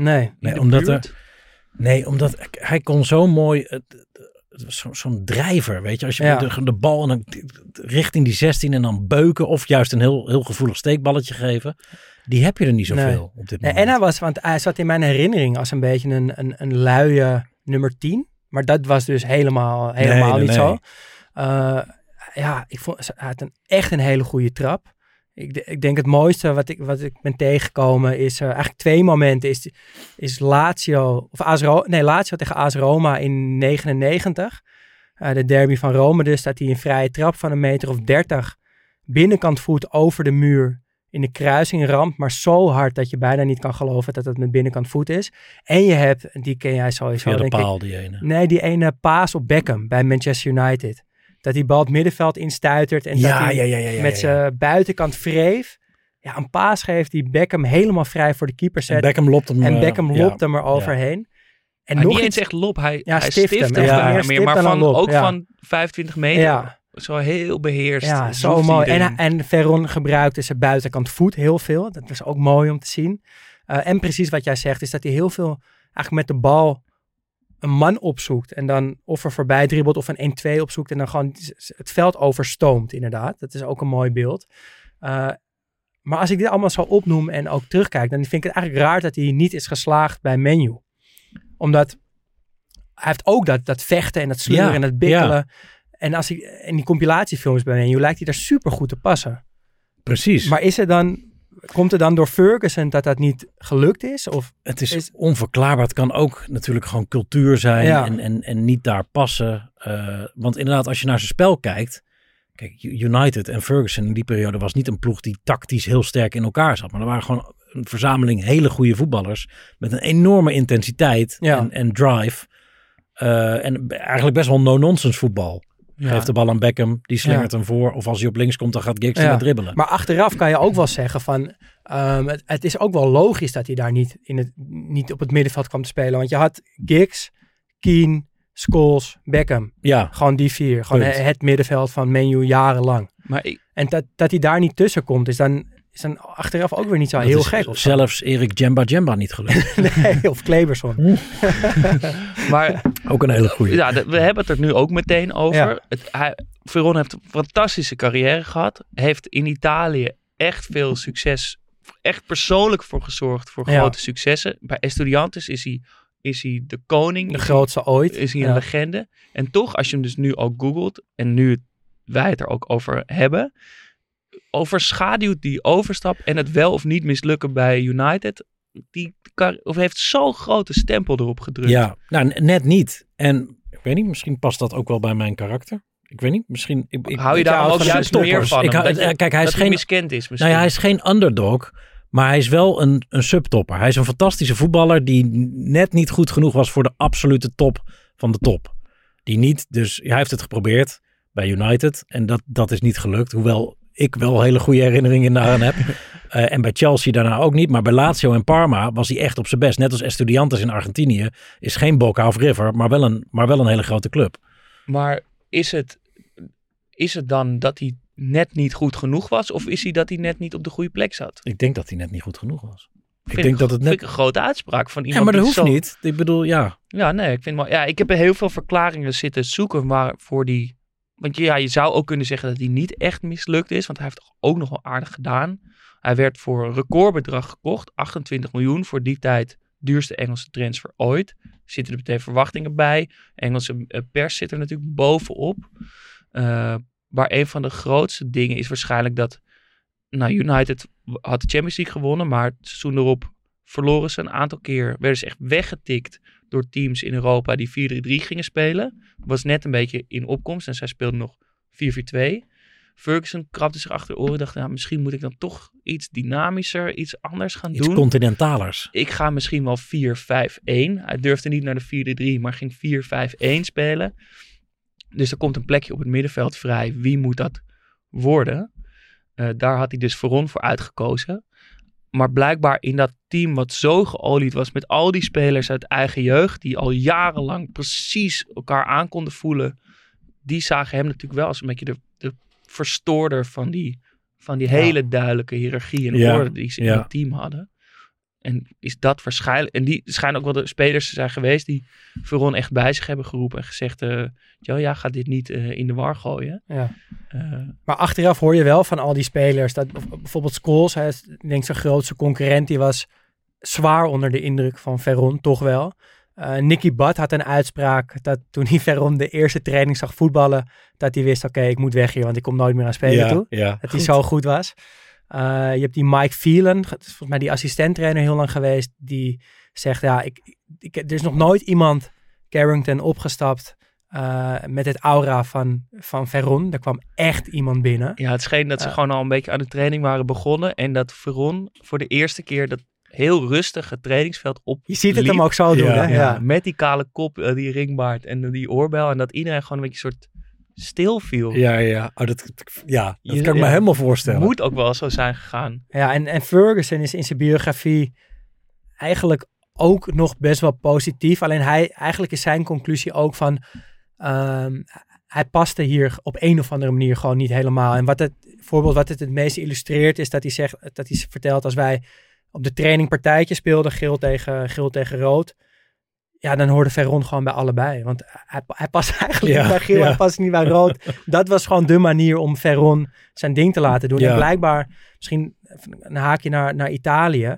Omdat hij kon zo mooi... Zo'n drijver, weet je. Als je de bal en dan richting die 16 en dan beuken of juist een heel gevoelig steekballetje geven. Die heb je er niet zoveel op dit moment. En hij zat in mijn herinnering als een beetje een luie nummer 10. Maar dat was dus helemaal niet zo. Ik vond hij had echt een hele goede trap. Ik denk het mooiste wat ik ben tegengekomen is eigenlijk 2 momenten. Is Lazio tegen AS Roma in 99. De derby van Rome dus, dat hij een vrije trap van 1,30 meter binnenkant voet over de muur in de kruising ramt, maar zo hard dat je bijna niet kan geloven dat het met binnenkant voet is. En je hebt, die ken jij sowieso, denk ik. Die ene. Nee, die ene paas op Beckham bij Manchester United. Dat die bal het middenveld instuitert en dat hij met zijn buitenkant wreef. Ja, een paas geeft die Beckham helemaal vrij voor de keeper zet. En Beckham lopt hem er overheen. En nog niet eens echt lop, hij stift hem maar van 25 meter. Ja. Zo heel beheerst. Ja, zo mooi. En Veron gebruikte zijn buitenkant voet heel veel. Dat was ook mooi om te zien. En precies wat jij zegt, is dat hij heel veel eigenlijk met de bal een man opzoekt en dan of er voorbij dribbelt of een 1-2 opzoekt en dan gewoon het veld overstoomt, inderdaad. Dat is ook een mooi beeld. Maar als ik dit allemaal zo opnoem en ook terugkijk, dan vind ik het eigenlijk raar dat hij niet is geslaagd bij Man U. Omdat hij heeft ook dat vechten en dat sleuren en dat bikkelen. Ja. En als in die compilatiefilms bij Man U lijkt hij daar super goed te passen. Precies. Maar komt er dan door Ferguson dat niet gelukt is? Of het is onverklaarbaar. Het kan ook natuurlijk gewoon cultuur zijn en niet daar passen. Want inderdaad, als je naar zijn spel kijkt. Kijk, United en Ferguson in die periode was niet een ploeg die tactisch heel sterk in elkaar zat. Maar er waren gewoon een verzameling hele goede voetballers met een enorme intensiteit en drive. En eigenlijk best wel no-nonsense voetbal. Geeft de bal aan Beckham, die slingert hem voor. Of als hij op links komt, dan gaat Giggs met dribbelen. Maar achteraf kan je ook wel zeggen van... het is ook wel logisch dat hij daar niet op het middenveld kwam te spelen. Want je had Giggs, Keane, Scholes, Beckham. Ja. Gewoon die 4. Gewoon het middenveld van Man U jarenlang. En dat hij daar niet tussen komt, is dan achteraf ook weer niet zo heel gek. Of zelfs Erik Djemba niet gelukt. Nee, of Kleberson. Maar ook een hele goeie. Ja, we hebben het er nu ook meteen over. Ja. Veron heeft een fantastische carrière gehad. Heeft in Italië echt veel succes, echt persoonlijk voor gezorgd voor grote successen. Bij Estudiantes is hij de koning. De grootste ooit. Is hij een legende. En toch, als je hem dus nu ook googelt, en nu wij het er ook over hebben, overschaduwt die overstap en het wel of niet mislukken bij United, heeft zo'n grote stempel erop gedrukt. Ja, nou net niet. En ik weet niet, misschien past dat ook wel bij mijn karakter. Ik weet niet, misschien... Hou je daar ook juist meer van? Kijk, hij is geen miskend is misschien. Nou ja, hij is geen underdog, maar hij is wel een subtopper. Hij is een fantastische voetballer die net niet goed genoeg was voor de absolute top van de top. Hij heeft het geprobeerd bij United en dat is niet gelukt. Hoewel ik wel hele goede herinneringen daaraan heb. En bij Chelsea daarna ook niet. Maar bij Lazio en Parma was hij echt op zijn best. Net als Estudiantes in Argentinië is geen Boca of River, maar wel een hele grote club. Maar is het dan dat hij net niet goed genoeg was? Of is hij dat hij net niet op de goede plek zat? Ik denk dat hij net niet goed genoeg was. Vind ik een grote uitspraak van iemand. Ja, maar dat hoeft niet. Ik bedoel, ja. Ja, nee, ik vind wel. Ja, ik heb heel veel verklaringen zitten zoeken voor die. Want je zou ook kunnen zeggen dat hij niet echt mislukt is. Want hij heeft toch ook nog wel aardig gedaan. Hij werd voor een recordbedrag gekocht. 28 miljoen voor die tijd. Duurste Engelse transfer ooit. Zitten er meteen verwachtingen bij. Engelse pers zit er natuurlijk bovenop. Maar een van de grootste dingen is waarschijnlijk dat... United had de Champions League gewonnen. Maar het seizoen erop verloren ze een aantal keer. Werden ze echt weggetikt door teams in Europa die 4-3-3 gingen spelen. Was net een beetje in opkomst. En zij speelden nog 4-4-2. Ferguson krabde zich achter de oren. Dacht, misschien moet ik dan toch iets dynamischer, iets anders gaan doen. Iets continentalers. Ik ga misschien wel 4-5-1. Hij durfde niet naar de 4-3, maar ging 4-5-1 spelen. Dus er komt een plekje op het middenveld vrij. Wie moet dat worden? Daar had hij dus Veron voor uitgekozen. Maar blijkbaar in dat team wat zo geolied was met al die spelers uit eigen jeugd, die al jarenlang precies elkaar aan konden voelen, die zagen hem natuurlijk wel als een beetje de verstoorder van die hele duidelijke hiërarchie en orde die ze in het team hadden. En is dat waarschijnlijk... En die schijnen ook wel de spelers te zijn geweest die Veron echt bij zich hebben geroepen en gezegd, ga dit niet in de war gooien. Ja. Maar achteraf hoor je wel van al die spelers dat bijvoorbeeld Scholes, hij is denk ik zijn grootste concurrent, die was zwaar onder de indruk van Veron, toch wel. Nicky Butt had een uitspraak dat toen hij Veron de eerste training zag voetballen, dat hij wist, oké, ik moet weg hier, want ik kom nooit meer aan spelen toe. Ja, dat hij zo goed was. Je hebt die Mike Phelan, volgens mij die assistenttrainer heel lang geweest, die zegt, er is nog nooit iemand Carrington opgestapt met het aura van Veron. Er kwam echt iemand binnen. Ja, het scheen dat ze gewoon al een beetje aan de training waren begonnen en dat Veron voor de eerste keer dat heel rustige trainingsveld op. Je ziet het hem ook zo doen, hè? Ja. Met die kale kop, die ringbaard en die oorbel en dat iedereen gewoon een beetje een soort stil viel. Ja. Dat kan ik me helemaal voorstellen. Moet ook wel zo zijn gegaan. Ja, en Ferguson is in zijn biografie eigenlijk ook nog best wel positief. Alleen eigenlijk is zijn conclusie ook van hij paste hier op een of andere manier gewoon niet helemaal. En wat het meest illustreert is dat hij vertelt, als wij op de training partijtje speelden, geel tegen rood, ja, dan hoorde Veron gewoon bij allebei. Want hij past eigenlijk niet bij geel, hij past niet bij rood. Dat was gewoon de manier om Veron zijn ding te laten doen. Ja. En blijkbaar, misschien een haakje naar Italië,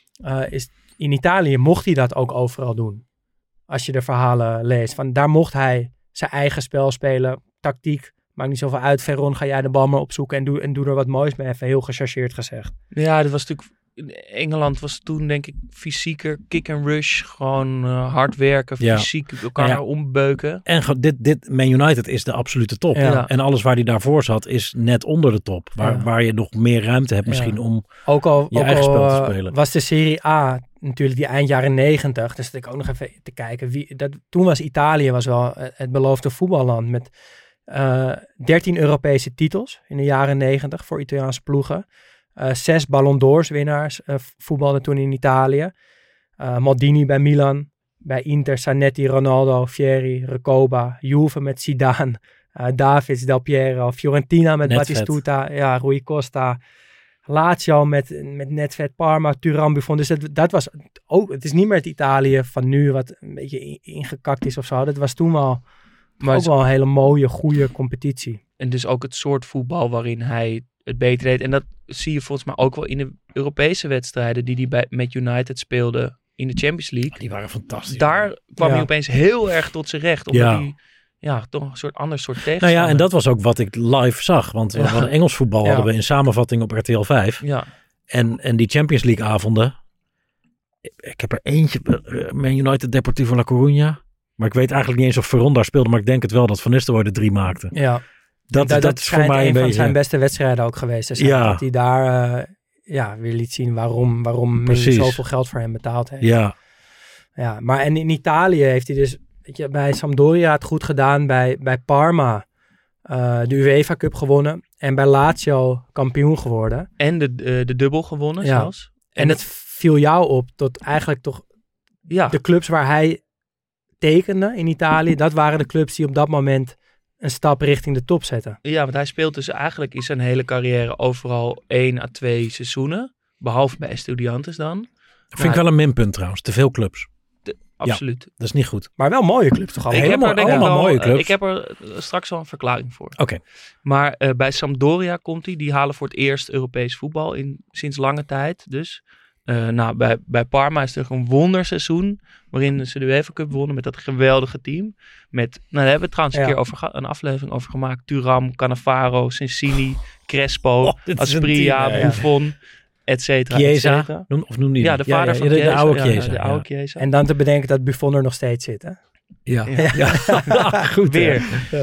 in Italië mocht hij dat ook overal doen. Als je de verhalen leest. Van, daar mocht hij zijn eigen spel spelen, tactiek, maakt niet zoveel uit. Veron, ga jij de bal maar opzoeken en doe er wat moois mee, even heel gechargeerd gezegd. Ja, dat was natuurlijk... Engeland was toen denk ik fysieker, kick and rush, gewoon hard werken, fysiek elkaar ombeuken. En dit Man United is de absolute top. Ja. En alles waar hij daarvoor zat is net onder de top. Waar je nog meer ruimte hebt misschien om je eigen spel te spelen. Was de Serie A natuurlijk die eind jaren 90. Dus dat ik ook nog even te kijken. Toen was Italië wel het beloofde voetballand met 13 Europese titels in de jaren 90 voor Italiaanse ploegen. 6 Ballon d'Ors winnaars voetbalden toen in Italië. Maldini bij Milan, bij Inter, Zanetti, Ronaldo, Fieri, Recoba, Juve met Zidane, Davids, Del Piero, Fiorentina met Batistuta, Rui Costa, Lazio met Nedved, Parma, Thuram, Buffon. Dus dat was ook, het is niet meer het Italië van nu wat een beetje ingekakt is of zo. Dat was toen wel, ook wel een hele mooie, goede competitie. En dus ook het soort voetbal waarin hij het beter deed. En dat zie je volgens mij ook wel in de Europese wedstrijden die hij met United speelde in de Champions League. Die waren fantastisch. Daar kwam hij opeens heel erg tot zijn recht. Omdat hij toch een soort ander soort tegenstander. Nou ja, en dat was ook wat ik live zag. Want we hadden Engels voetbal hadden we in samenvatting op RTL 5. Ja. En die Champions League avonden. Ik heb er eentje, Man United Deportivo La Coruña. Maar ik weet eigenlijk niet eens of Veron daar speelde. Maar ik denk het wel dat Van Nistelrooy de 3 maakte. Ja. Dat is voor mij een beetje van zijn beste wedstrijden ook geweest. Dus dat hij daar weer liet zien waarom men zoveel geld voor hem betaald heeft. Ja, maar en in Italië heeft hij dus, weet je, bij Sampdoria het goed gedaan, bij Parma de UEFA Cup gewonnen en bij Lazio kampioen geworden. En de dubbel gewonnen zelfs. En het viel jou op tot eigenlijk toch de clubs waar hij tekende in Italië, dat waren de clubs die op dat moment een stap richting de top zetten. Ja, want hij speelt dus eigenlijk in zijn hele carrière overal 1 à 2 seizoenen. Behalve bij Estudiantes dan. Vind ik wel een minpunt trouwens. Te veel clubs. Absoluut. Ja, dat is niet goed. Maar wel mooie clubs toch al? Allemaal mooie clubs. Ik heb er straks wel een verklaring voor. Oké. Maar bij Sampdoria komt hij. Die halen voor het eerst Europees voetbal sinds lange tijd. Dus bij Parma is er een wonderseizoen waarin ze de UEFA Cup wonnen met dat geweldige team. Daar hebben we trouwens een keer een aflevering over gemaakt. Thuram, Cannavaro, Sensini, Crespo, Asprilla, Buffon, et cetera. Chiesa, noem die. Ja, de vader van de oude Chiesa. De oude Chiesa. En dan te bedenken dat Buffon er nog steeds zit, hè? Ja. Goed weer.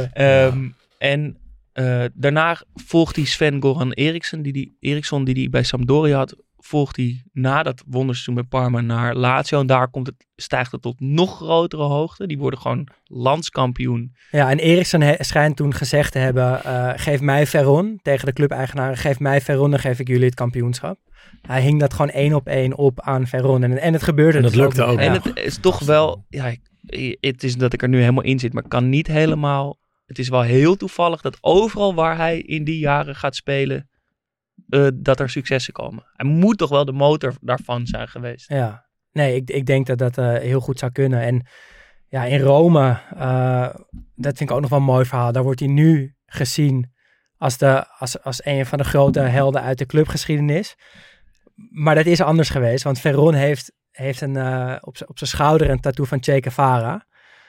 En daarna volgt hij Sven-Goran Eriksson, die hij bij Sampdoria had, volgt hij na dat wonderseizoen bij Parma naar Lazio. En daar stijgt het tot nog grotere hoogte. Die worden gewoon landskampioen. Ja, en Eriksson schijnt toen gezegd te hebben, geef mij Veron tegen de clubeigenaren. Geef mij Veron, dan geef ik jullie het kampioenschap. Hij hing dat gewoon 1 op 1 op aan Veron. En het gebeurde. En dat lukte ook. En het is toch wel, het is dat ik er nu helemaal in zit, maar kan niet helemaal. Het is wel heel toevallig dat overal waar hij in die jaren gaat spelen, dat er successen komen. Hij moet toch wel de motor daarvan zijn geweest. Ja, nee, ik denk dat dat heel goed zou kunnen. En ja, in Rome, dat vind ik ook nog wel een mooi verhaal. Daar wordt hij nu gezien als een van de grote helden uit de clubgeschiedenis. Maar dat is anders geweest, want Veron heeft op zijn schouder een tattoo van Che Guevara.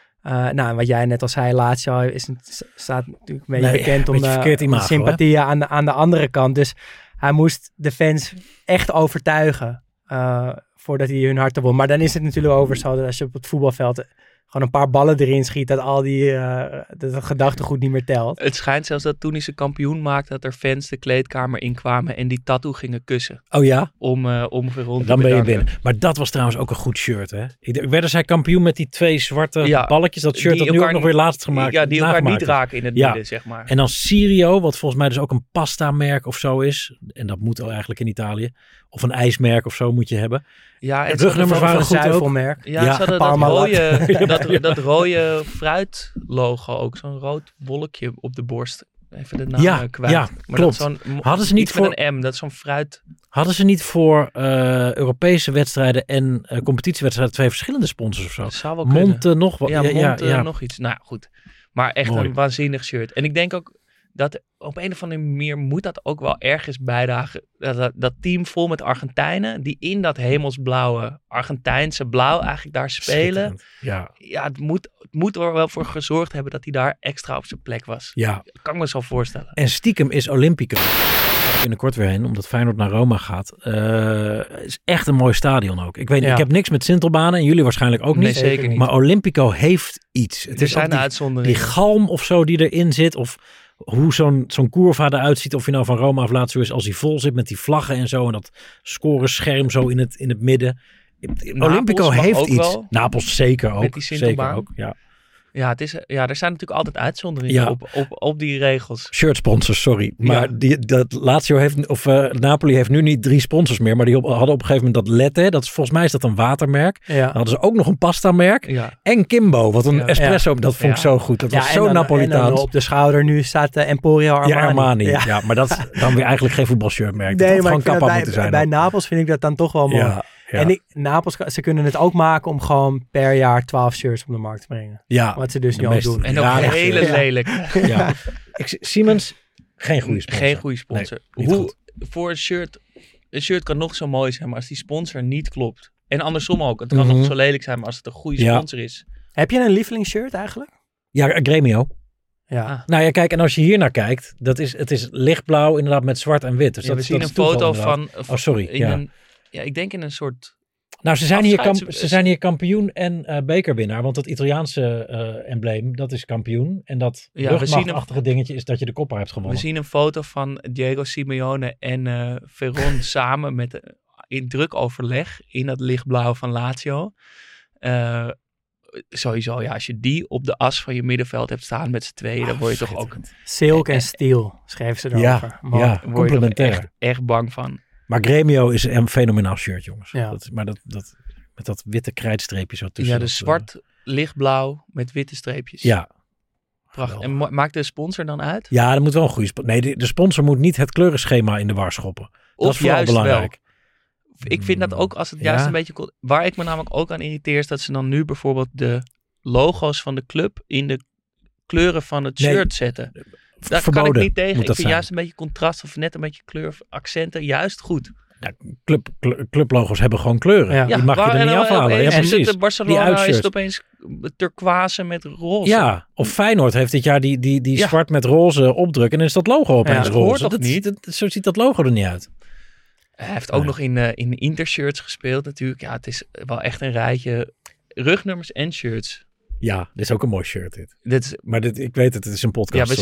Wat jij net al zei, Lazio staat natuurlijk een beetje bekend om de sympathie aan de andere kant. Dus hij moest de fans echt overtuigen voordat hij hun harten won. Maar dan is het natuurlijk over zo dat als je op het voetbalveld gewoon een paar ballen erin schiet, dat al dat gedachtegoed niet meer telt. Het schijnt zelfs dat toen hij zijn kampioen maakte, dat er fans de kleedkamer inkwamen en die tattoo gingen kussen. Oh ja? Om Veron dan ben je binnen. Maar dat was trouwens ook een goed shirt, hè? Werden zij kampioen met die 2 zwarte balletjes? Dat shirt dat nu ook nog weer laatst gemaakt. Ja, die elkaar niet raken in het midden, zeg maar. En dan Sirio, wat volgens mij dus ook een pasta-merk of zo is. En dat moet eigenlijk in Italië. Of een ijsmerk of zo moet je hebben. Ja, het rugnummers waren goed ook. Ja, ze hadden dat rode fruitlogo ook. Zo'n rood wolkje op de borst. Even de naam kwijt. Ja, maar klopt. Hadden ze niet voor een M, dat is zo'n fruit. Hadden ze niet voor Europese wedstrijden en competitiewedstrijden 2 verschillende sponsors of zo? Dat zou wel Monte nog wat. Nog iets. Nou goed. Maar echt een waanzinnig shirt. En ik denk ook dat op een of andere manier moet dat ook wel ergens bijdragen. Dat team vol met Argentijnen die in dat hemelsblauwe Argentijnse blauw eigenlijk daar spelen. Ja, het moet er wel voor gezorgd hebben dat hij daar extra op zijn plek was. Ja. Dat kan ik me zo voorstellen. En stiekem is Olympico, daar ga ik binnenkort weer heen, omdat Feyenoord naar Roma gaat. Is echt een mooi stadion ook. Ik weet niet, ik heb niks met Sintelbanen en jullie waarschijnlijk ook niet. Nee, zeker niet. Maar Olympico heeft iets. Het is een uitzondering. Die galm of zo die erin zit, of hoe zo'n curva eruit ziet, of je nou van Roma of Lazio is, als hij vol zit met die vlaggen en zo en dat scorenscherm zo in het midden. Olympico heeft iets. Wel. Napels zeker ook. Zeker ook, ja. Ja, er zijn natuurlijk altijd uitzonderingen op die regels. Shirt sponsors, sorry. Maar Lazio Napoli heeft nu niet 3 sponsors meer. Maar die hadden op een gegeven moment dat Lette. Volgens mij is dat een watermerk. Ja. Dan hadden ze ook nog een pastamerk. Ja. En Kimbo, wat een espresso. Dat vond ik zo goed. Dat was zo Napolitaans. En dan op de schouder nu staat Emporio Armani. Ja, Armani. Ja, maar dat is dan weer eigenlijk geen voetbalshirtmerk. Dat had gewoon Kappa moeten zijn. Bij Napels vind ik dat dan toch wel mooi. Ja. En Napels, ze kunnen het ook maken om gewoon per jaar 12 shirts op de markt te brengen. Ja. Wat ze dus nu ook doen. En ook hele lelijk. Ja. Siemens, geen goede sponsor. Geen goede sponsor. Nee, voor een shirt kan nog zo mooi zijn, maar als die sponsor niet klopt. En andersom ook. Het kan nog zo lelijk zijn, maar als het een goede sponsor is. Heb je een lievelingsshirt eigenlijk? Ja, Gremio. Ja. Nou ja, kijk, en als je hier naar kijkt, het is lichtblauw inderdaad met zwart en wit. Dus we zien een foto van... sorry. Ik denk in een soort... Nou, ze zijn hier kampioen en bekerwinnaar. Want het Italiaanse embleem, dat is kampioen. En dat luchtmachtachtige dingetje is dat je de kopper hebt gewonnen. We zien een foto van Diego Simeone en Veron samen met in druk overleg in dat lichtblauw van Lazio. Sowieso, als je die op de as van je middenveld hebt staan met z'n tweeën, dan word je toch ook... Silk en steel, schreven ze erover. Ja, complementair. Echt bang van. Maar Gremio is een fenomenaal shirt, jongens. Ja. Dat met dat witte krijtstreepje zo tussen. Ja, dus zwart, lichtblauw met witte streepjes. Ja. Prachtig. En maakt de sponsor dan uit? Ja, dat moet wel een goede sponsor. Nee, de sponsor moet niet het kleurenschema in de war schoppen. Dat is vooral belangrijk. Wel. Ik vind dat ook als het juist een beetje... Waar ik me namelijk ook aan irriteer is dat ze dan nu bijvoorbeeld de logo's van de club in de kleuren van het shirt zetten. Daar kan ik niet tegen. Ik vind juist een beetje contrast of net een beetje kleur of accenten juist goed. Ja, clublogo's hebben gewoon kleuren. Ja. Die mag je er niet afhalen. Ja, precies. De Barcelona is het opeens turquoise met roze. Ja, of Feyenoord heeft dit jaar die zwart met roze opdruk en dan is dat logo opeens roze. Hoort toch niet? Zo ziet dat logo er niet uit. Hij heeft ook nog in Intershirts gespeeld natuurlijk. Ja, het is wel echt een rijtje rugnummers en shirts. Ja, dit is ook een mooi shirt ik weet het is een podcast.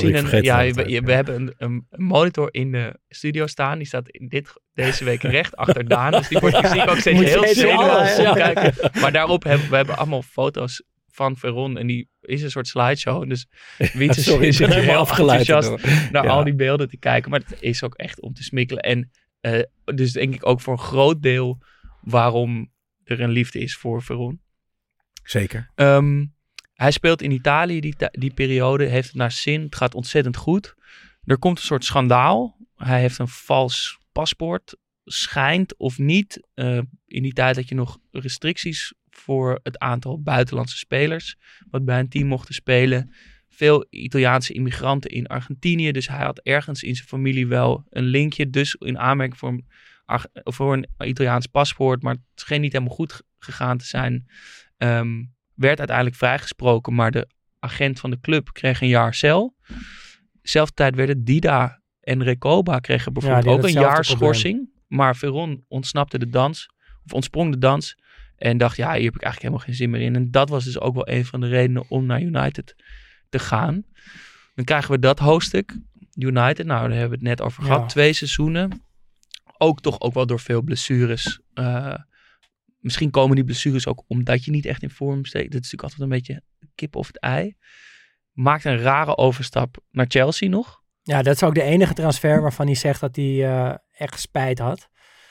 We hebben een monitor in de studio staan. Die staat deze week recht achter Daan. Dus die zie ik ook steeds heel zenuwachtig kijken. Maar daarop hebben we allemaal foto's van Veron. En die is een soort slideshow. Dus Wietse is heel enthousiast naar al die beelden te kijken. Maar het is ook echt om te smikkelen. En dus denk ik ook voor een groot deel waarom er een liefde is voor Veron. Zeker. Hij speelt in Italië die periode, heeft het naar zin. Het gaat ontzettend goed. Er komt een soort schandaal. Hij heeft een vals paspoort. Schijnt of niet. In die tijd had je nog restricties voor het aantal buitenlandse spelers. Wat bij een team mochten spelen. Veel Italiaanse immigranten in Argentinië. Dus hij had ergens in zijn familie wel een linkje. Dus in aanmerking voor een Italiaans paspoort. Maar het scheen niet helemaal goed gegaan te zijn. Werd uiteindelijk vrijgesproken, maar de agent van de club kreeg een jaar cel. Zelfde tijd werden Dida en Recoba kregen bijvoorbeeld ook een jaar schorsing. Maar Veron ontsprong de dans en dacht, hier heb ik eigenlijk helemaal geen zin meer in. En dat was dus ook wel een van de redenen om naar United te gaan. Dan krijgen we dat hoofdstuk. United, daar hebben we het net over gehad. 2 seizoenen. Ook wel door veel blessures. Misschien komen die blessures ook omdat je niet echt in vorm steekt. Dat is natuurlijk altijd een beetje kip of het ei. Maakt een rare overstap naar Chelsea nog. Ja, dat is ook de enige transfer waarvan hij zegt dat hij echt spijt had.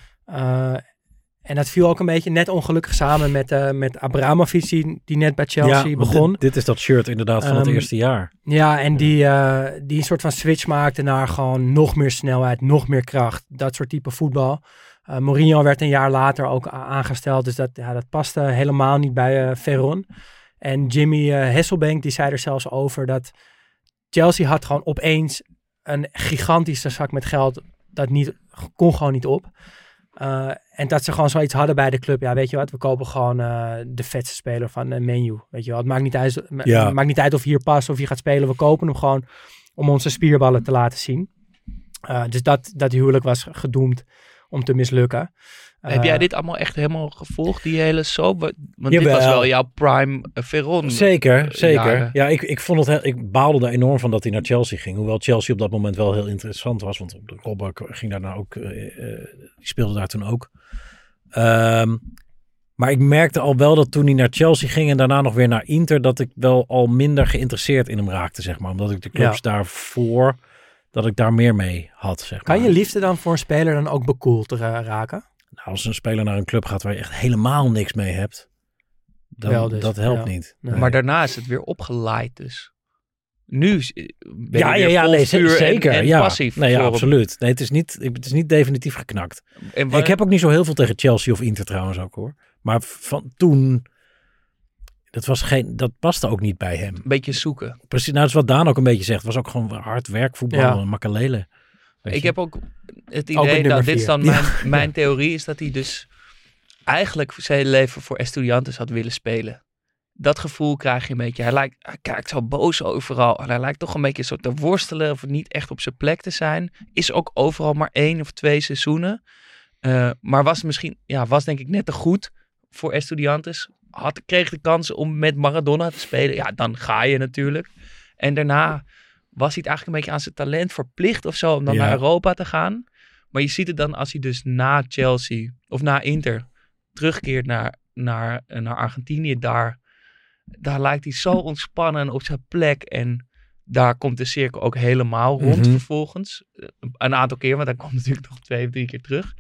En dat viel ook een beetje net ongelukkig samen met Abramovic die net bij Chelsea begon. Dit is dat shirt inderdaad van het eerste jaar. Ja, en die een soort van switch maakte naar gewoon nog meer snelheid, nog meer kracht. Dat soort type voetbal. Mourinho werd een jaar later ook aangesteld. Dus dat paste helemaal niet bij Veron. En Jimmy Hasselbank die zei er zelfs over dat Chelsea had gewoon opeens een gigantische zak met geld. Dat kon gewoon niet op. En dat ze gewoon zoiets hadden bij de club. Ja, weet je wat, we kopen gewoon de vetste speler van Man U. Weet je wel, het maakt niet uit of hij hier past of hij gaat spelen. We kopen hem gewoon om onze spierballen te laten zien. Dus dat huwelijk was gedoemd om te mislukken. Heb jij dit allemaal echt helemaal gevolgd, die hele soap? Want dit was wel jouw prime Veron. Zeker. Ja, ik vond het ik baalde er enorm van dat hij naar Chelsea ging. Hoewel Chelsea op dat moment wel heel interessant was. Want Robben ging daarna ook, die speelde daar toen ook. Maar ik merkte al wel dat toen hij naar Chelsea ging en daarna nog weer naar Inter, dat ik wel al minder geïnteresseerd in hem raakte, zeg maar. Omdat ik de clubs daarvoor, dat ik daar meer mee had, zeg maar. Kan je liefde dan voor een speler dan ook bekoeld raken? Nou, als een speler naar een club gaat waar je echt helemaal niks mee hebt, dan, dus. Dat helpt niet. Nee. Maar daarna is het weer opgelaaid dus. Nu ben je weer vol vuur zeker, en passief. Nee, absoluut. Nee, het is niet definitief geknakt. Ik heb ook niet zo heel veel tegen Chelsea of Inter trouwens ook hoor. Maar van toen, dat paste ook niet bij hem. Een beetje zoeken. Precies, nou dat is wat Daan ook een beetje zegt. Het was ook gewoon hard werk, voetballen, makalele. Ik heb ook het idee, dat dit is dan mijn theorie, is dat hij dus eigenlijk zijn hele leven voor Estudiantes had willen spelen. Dat gevoel krijg je een beetje. Hij kijkt zo boos overal. En hij lijkt toch een beetje zo te worstelen of niet echt op zijn plek te zijn. Is ook overal maar 1 of 2 seizoenen. Maar was denk ik net te goed voor Estudiantes. Kreeg de kans om met Maradona te spelen. Ja, dan ga je natuurlijk. En daarna was hij het eigenlijk een beetje aan zijn talent verplicht of zo om dan naar Europa te gaan. Maar je ziet het dan als hij dus na Chelsea of na Inter terugkeert naar Argentinië. Daar lijkt hij zo ontspannen op zijn plek. En daar komt de cirkel ook helemaal rond vervolgens. Een aantal keer, want hij komt natuurlijk nog 2 of 3 keer terug.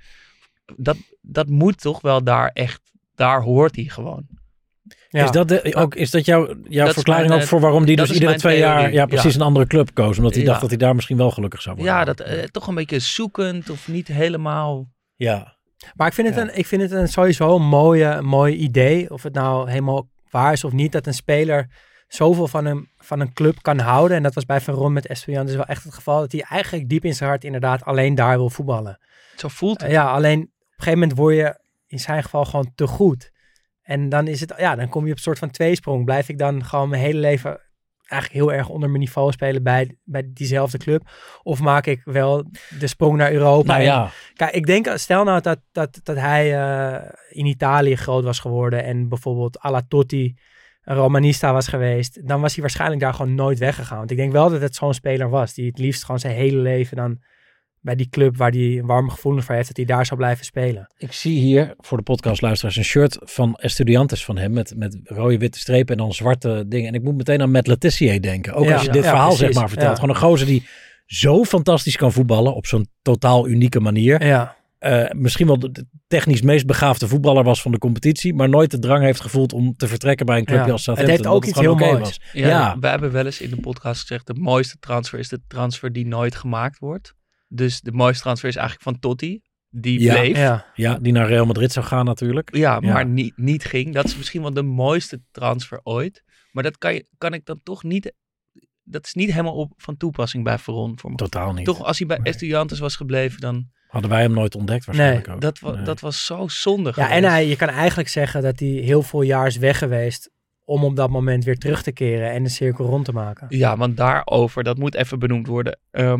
Dat moet toch wel daar hoort hij gewoon. Ja. Is dat jouw verklaring ook voor waarom die dus iedere 2 jaar een andere club koos? Omdat hij dacht dat hij daar misschien wel gelukkig zou worden. Ja, toch een beetje zoekend of niet helemaal. Ja. Maar ik vind het sowieso een mooi idee. Of het nou helemaal waar is of niet, dat een speler zoveel van een club kan houden. En dat was bij Veron met Estudiantes wel echt het geval. Dat hij eigenlijk diep in zijn hart inderdaad alleen daar wil voetballen. Zo voelt het. Alleen op een gegeven moment word je in zijn geval gewoon te goed. En dan is het, dan kom je op een soort van tweesprong. Blijf ik dan gewoon mijn hele leven eigenlijk heel erg onder mijn niveau spelen bij diezelfde club? Of maak ik wel de sprong naar Europa? Nou ja. Kijk, ik denk, stel nou dat hij in Italië groot was geworden en bijvoorbeeld à la Totti een Romanista was geweest, dan was hij waarschijnlijk daar gewoon nooit weggegaan. Want ik denk wel dat het zo'n speler was, die het liefst gewoon zijn hele leven dan bij die club waar hij een warme gevoelens voor heeft, dat hij daar zou blijven spelen. Ik zie hier voor de podcastluisteraars een shirt van Estudiantes van hem met rode witte strepen en dan zwarte dingen. En ik moet meteen aan Matt Letizier denken. Ook als je dit verhaal precies, zeg maar vertelt. Gewoon een gozer die zo fantastisch kan voetballen op zo'n totaal unieke manier. Ja. Misschien wel de technisch meest begaafde voetballer was van de competitie, maar nooit de drang heeft gevoeld om te vertrekken bij een clubje als Southampton. Het heeft ook iets heel moois. We hebben wel eens in de podcast gezegd, de mooiste transfer is de transfer die nooit gemaakt wordt. Dus de mooiste transfer is eigenlijk van Totti. Die bleef. Ja, die naar Real Madrid zou gaan natuurlijk. Ja, maar niet ging. Dat is misschien wel de mooiste transfer ooit. Maar dat kan ik dan toch niet. Dat is niet helemaal van toepassing bij Veron voor me. Totaal niet. Toch, als hij bij Estudiantes was gebleven, dan hadden wij hem nooit ontdekt waarschijnlijk ook. Dat was zo zonde geweest. En je kan eigenlijk zeggen dat hij heel veel jaar is weg geweest om op dat moment weer terug te keren en de cirkel rond te maken. Ja, want daarover, dat moet even benoemd worden.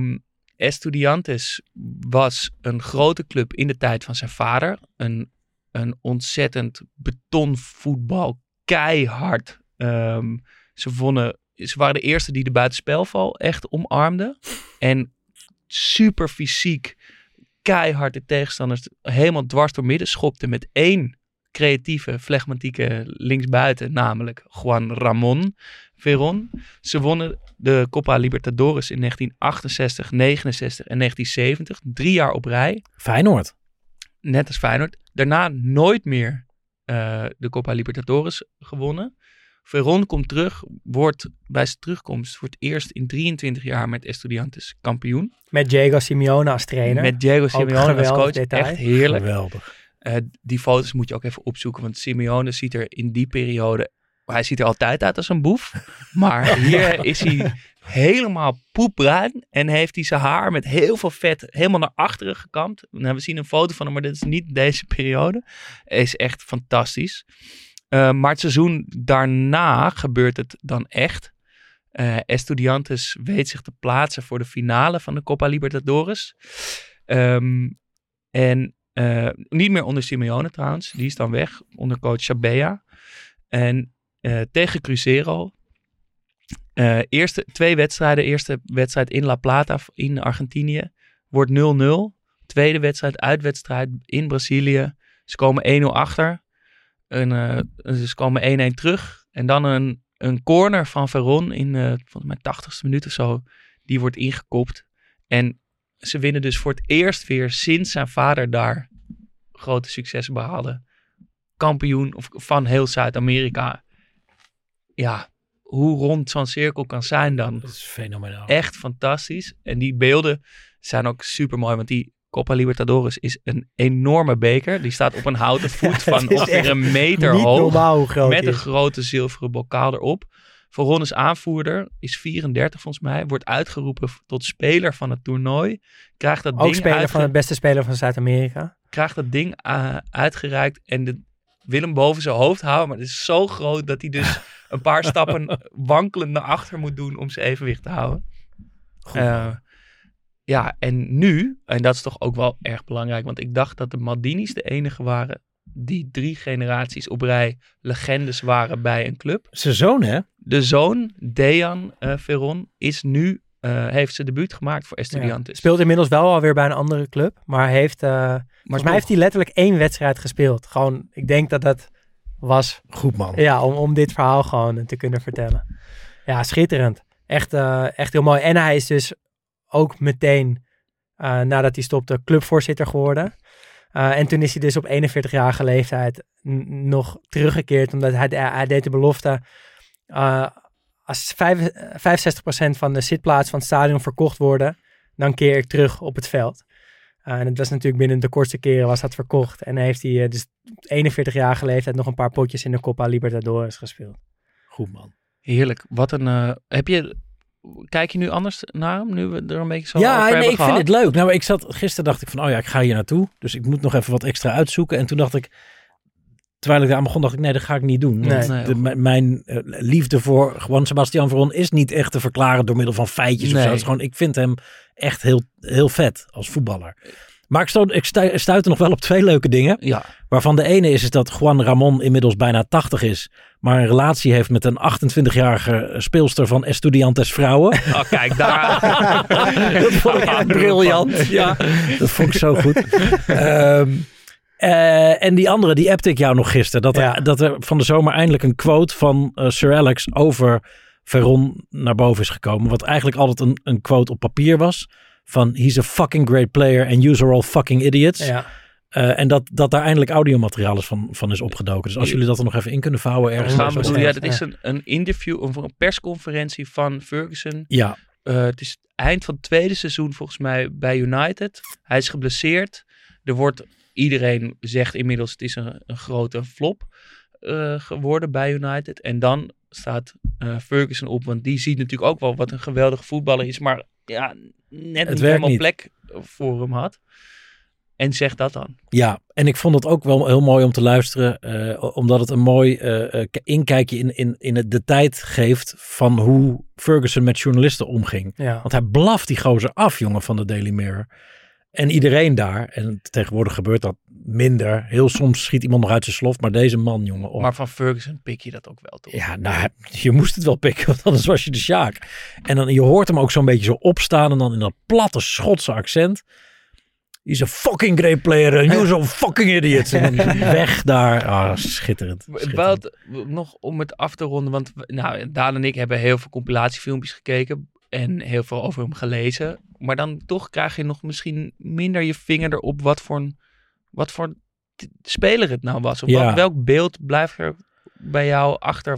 Estudiantes was een grote club in de tijd van zijn vader. Een ontzettend betonvoetbal, keihard. Ze waren de eerste die de buitenspelval echt omarmden. En super fysiek, keihard de tegenstanders helemaal dwars door midden schopten met 1 creatieve, flegmatieke linksbuiten, namelijk Juan Ramón Veron. Ze wonnen de Copa Libertadores in 1968, 69 en 1970. 3 jaar op rij. Feyenoord. Net als Feyenoord. Daarna nooit meer de Copa Libertadores gewonnen. Veron komt terug, wordt bij zijn terugkomst voor het eerst in 23 jaar met Estudiantes kampioen. Met Diego Simeone als trainer. Met Diego Simeone als coach. Detail. Echt heerlijk. Geweldig. Die foto's moet je ook even opzoeken, want Simeone ziet er in die periode, hij ziet er altijd uit als een boef, maar hier is hij helemaal poepbruin en heeft hij zijn haar met heel veel vet helemaal naar achteren gekamd. Nou, we zien een foto van hem, maar dit is niet deze periode. Is echt fantastisch. Maar het seizoen daarna gebeurt het dan echt. Estudiantes weet zich te plaatsen voor de finale van de Copa Libertadores. Niet meer onder Simeone trouwens. Die is dan weg onder coach Sabella. En tegen Cruzeiro. Eerste 2 wedstrijden. Eerste wedstrijd in La Plata in Argentinië. Wordt 0-0. Tweede wedstrijd, uitwedstrijd in Brazilië. Ze komen 1-0 achter. Ze komen 1-1 terug. En dan een corner van Veron in volgens mij 80ste minuut of zo. Die wordt ingekopt. En ze winnen dus voor het eerst weer sinds zijn vader daar grote successen behaalde. Kampioen van heel Zuid-Amerika. Ja, hoe rond zo'n cirkel kan zijn dan. Dat is fenomenaal. Echt fantastisch. En die beelden zijn ook super mooi. Want die Copa Libertadores is een enorme beker. Die staat op een houten voet van ongeveer een meter hoog. Met een grote zilveren bokaal erop. Veron is aanvoerder, is 34 volgens mij. Wordt uitgeroepen tot speler van het toernooi. Krijgt dat ook speler van het beste speler van Zuid-Amerika. Krijgt dat ding uitgereikt en wil hem boven zijn hoofd houden. Maar het is zo groot dat hij dus een paar stappen wankelend naar achter moet doen om zijn evenwicht te houden. Ja, en nu, en dat is toch ook wel erg belangrijk, want ik dacht dat de Maldinis de enige waren die 3 generaties op rij legendes waren bij een club. Zijn zoon, hè? De zoon, Dejan Veron, is nu, heeft zijn debuut gemaakt voor Estudiantes. Ja, speelt inmiddels wel alweer bij een andere club, maar heeft heeft hij letterlijk 1 wedstrijd gespeeld. Gewoon, ik denk dat was goed, man. Ja, om dit verhaal gewoon te kunnen vertellen. Ja, schitterend. Echt heel mooi. En hij is dus ook meteen, nadat hij stopte, clubvoorzitter geworden. En toen is hij dus op 41-jarige leeftijd nog teruggekeerd, omdat hij deed de belofte, als 65% van de zitplaatsen van het stadion verkocht worden, dan keer ik terug op het veld. En het was natuurlijk binnen de kortste keren was dat verkocht. En dan heeft hij dus op 41-jarige leeftijd nog een paar potjes in de Copa Libertadores gespeeld. Goed, man. Heerlijk. Wat een... Kijk je nu anders naar hem, nu we er een beetje zo over hebben gehad? Ja, ik vind het leuk. Nou, gisteren dacht ik van, ik ga hier naartoe. Dus ik moet nog even wat extra uitzoeken. En toen dacht ik, terwijl ik daar aan begon, dacht ik, nee, dat ga ik niet doen. Mijn liefde voor Juan Sebastián Veron is niet echt te verklaren door middel van feitjes of zo. Het is gewoon, ik vind hem echt heel, heel vet als voetballer. Maar ik stuitte nog wel op 2 leuke dingen. Ja. Waarvan de ene is dat Juan Ramon inmiddels bijna 80 is. Maar een relatie heeft met een 28-jarige speelster van Estudiantes Vrouwen. Oh, kijk, daar. Dat vond ik echt briljant. Ja, dat vond ik zo goed. En die andere, die appte ik jou nog gisteren. Dat er van de zomer eindelijk een quote van Sir Alex over Veron naar boven is gekomen. Wat eigenlijk altijd een quote op papier was. Van he's a fucking great player and you are all fucking idiots. Ja. En dat daar eindelijk audiomateriaal is van is opgedoken. Dus als jullie dat er nog even in kunnen vouwen ergens. Dat is een interview, een persconferentie van Ferguson. Ja. Het is eind van het 2e seizoen volgens mij bij United. Hij is geblesseerd. Iedereen zegt inmiddels het is een grote flop geworden bij United. En dan staat Ferguson op, want die ziet natuurlijk ook wel wat een geweldige voetballer is. Maar ja, net niet helemaal plek voor hem had. En zegt dat dan. Ja, en ik vond het ook wel heel mooi om te luisteren. Omdat het een mooi inkijkje in de tijd geeft van hoe Ferguson met journalisten omging. Ja. Want hij blaft die gozer af, jongen, van de Daily Mirror. En iedereen daar. En tegenwoordig gebeurt dat minder. Heel soms schiet iemand nog uit zijn slof. Maar deze man, jongen. Maar van Ferguson pik je dat ook wel, toch? Ja, nou, je moest het wel pikken. Want anders was je de Sjaak. En dan, je hoort hem ook zo'n beetje zo opstaan. En dan in dat platte Schotse accent. He's a fucking great player. And you're so fucking idiot. En dan weg daar. Schitterend. Wat, nog om het af te ronden. Want Daan en ik hebben heel veel compilatiefilmpjes gekeken. En heel veel over hem gelezen. Maar dan toch krijg je nog misschien minder je vinger erop wat voor speler het nou was. Of welk beeld blijft er bij jou achter?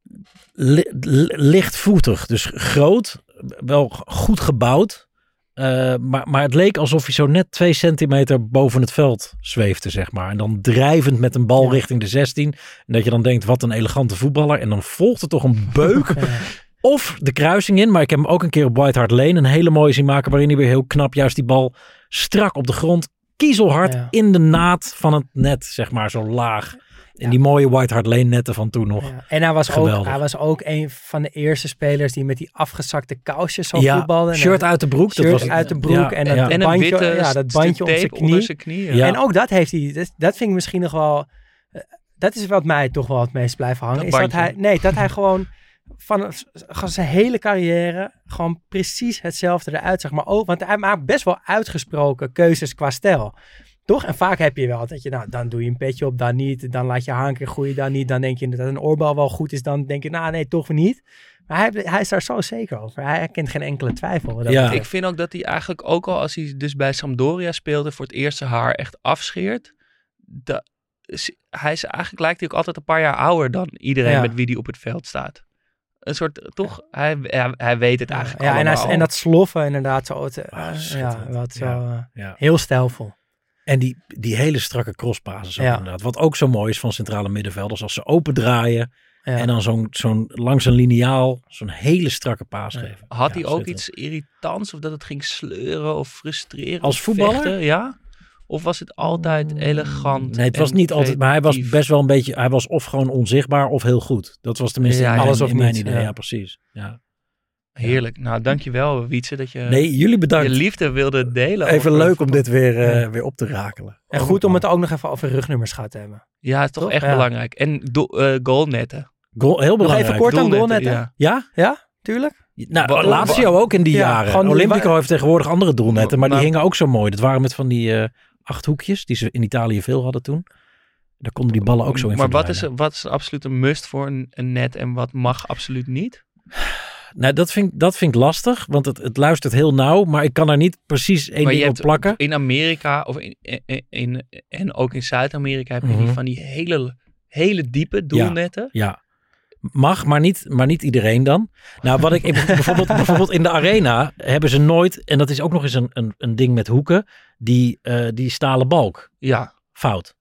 Lichtvoetig. Dus groot. Wel goed gebouwd. Maar het leek alsof hij zo net 2 centimeter boven het veld zweefde, zeg maar. En dan drijvend met een bal richting de 16. En dat je dan denkt, wat een elegante voetballer. En dan volgt er toch een beuk. Of de kruising in, maar ik heb hem ook een keer op White Hart Lane een hele mooie zien maken, waarin hij weer heel knap juist die bal strak op de grond, kiezelhard in de naad van het net, zeg maar, zo laag. In die mooie White Hart Lane netten van toen nog. Ja. En hij was ook een van de eerste spelers die met die afgezakte kousjes zo voetbalde. Shirt uit de broek. Uit de broek en dat bandje, dat bandje onder zijn knie. Ja. En ook dat heeft hij, dat vind ik misschien nog wel, dat is wat mij toch wel het meest blijven hangen. Dat hij gewoon van zijn hele carrière gewoon precies hetzelfde eruit, zeg maar. Want hij maakt best wel uitgesproken keuzes qua stijl. Toch? En vaak heb je wel dat je, dan doe je een petje op, dan niet. Dan laat je haar een keer groeien, dan niet. Dan denk je dat een oorbal wel goed is. Dan denk je, nee, toch niet. Maar hij is daar zo zeker over. Hij kent geen enkele twijfel. Ik vind ook dat hij eigenlijk ook al, als hij dus bij Sampdoria speelde, voor het eerst zijn haar echt afscheert. Eigenlijk lijkt hij ook altijd een paar jaar ouder dan iedereen met wie hij op het veld staat. Een soort, toch? Hij weet het eigenlijk allemaal. En dat sloffen inderdaad zo. Heel stijlvol. En die hele strakke crosspases inderdaad. Wat ook zo mooi is van centrale middenvelders. Als ze open draaien en dan zo'n langs een liniaal zo'n hele strakke paas geven. Had hij ook iets irritants of dat het ging sleuren of frustreren? Als voetballer? Vechten, ja? Of was het altijd elegant? Nee, het was niet altijd, maar hij was best wel een beetje, hij was of gewoon onzichtbaar of heel goed. Dat was tenminste alles of mijn idee. Ja, precies. Ja. Heerlijk. Nou, dankjewel Wietse dat je jullie bedankt. Je liefde wilde delen. Even leuk om dit weer op te rakelen. En goed om het ook nog even over rugnummers gehad te hebben. Ja, het is toch echt belangrijk. En goalnetten. Heel belangrijk. Nog even kort aan goalnetten. Ja? Tuurlijk. Nou, Lazio ook in die jaren. Olympico heeft tegenwoordig andere doelnetten, maar die hingen ook zo mooi. Dat waren met van die 8 hoekjes, die ze in Italië veel hadden toen. Daar konden die ballen ook zo in verdwijnen. Wat is absoluut een must voor een net en wat mag absoluut niet? Nou, dat vind ik lastig, want het luistert heel nauw, maar ik kan er niet precies één ding op plakken. In Amerika of en ook in Zuid-Amerika heb je van die hele diepe doelnetten. Ja. Mag, maar niet iedereen dan. Nou, wat ik bijvoorbeeld in de arena hebben ze nooit, en dat is ook nog eens een ding met hoeken, die stalen balk. Ja. Fout.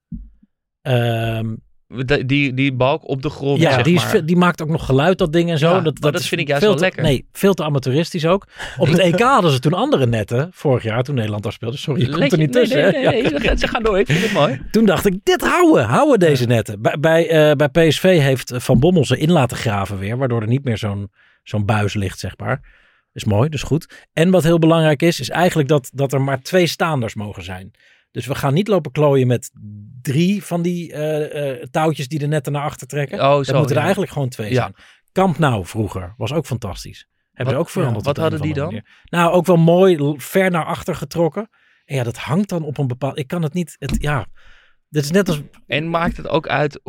Die balk op de grond, ja, zeg die maakt ook nog geluid, dat ding en zo. Ja, dat vind ik juist wel lekker. Nee, veel te amateuristisch ook. Op het EK hadden ze toen andere netten, vorig jaar toen Nederland daar speelde. Sorry, je komt er niet tussen. Nee, ze gaan door, ik vind het mooi. Toen dacht ik, dit houden deze netten. Bij PSV heeft Van Bommel ze in laten graven weer, waardoor er niet meer zo'n buis ligt, zeg maar. Is mooi, dus goed. En wat heel belangrijk is eigenlijk dat er maar 2 staanders mogen zijn. Dus we gaan niet lopen klooien met 3 van die touwtjes die de netten naar achter trekken. Dat moeten er eigenlijk gewoon 2 zijn. Camp Nou vroeger was ook fantastisch. Hebben ze ook veranderd. Wat hadden die dan? Manier. Nou, ook wel mooi ver naar achter getrokken. En ja, dat hangt dan op een bepaald... Ik kan het niet... Dit is net als... En maakt het ook uit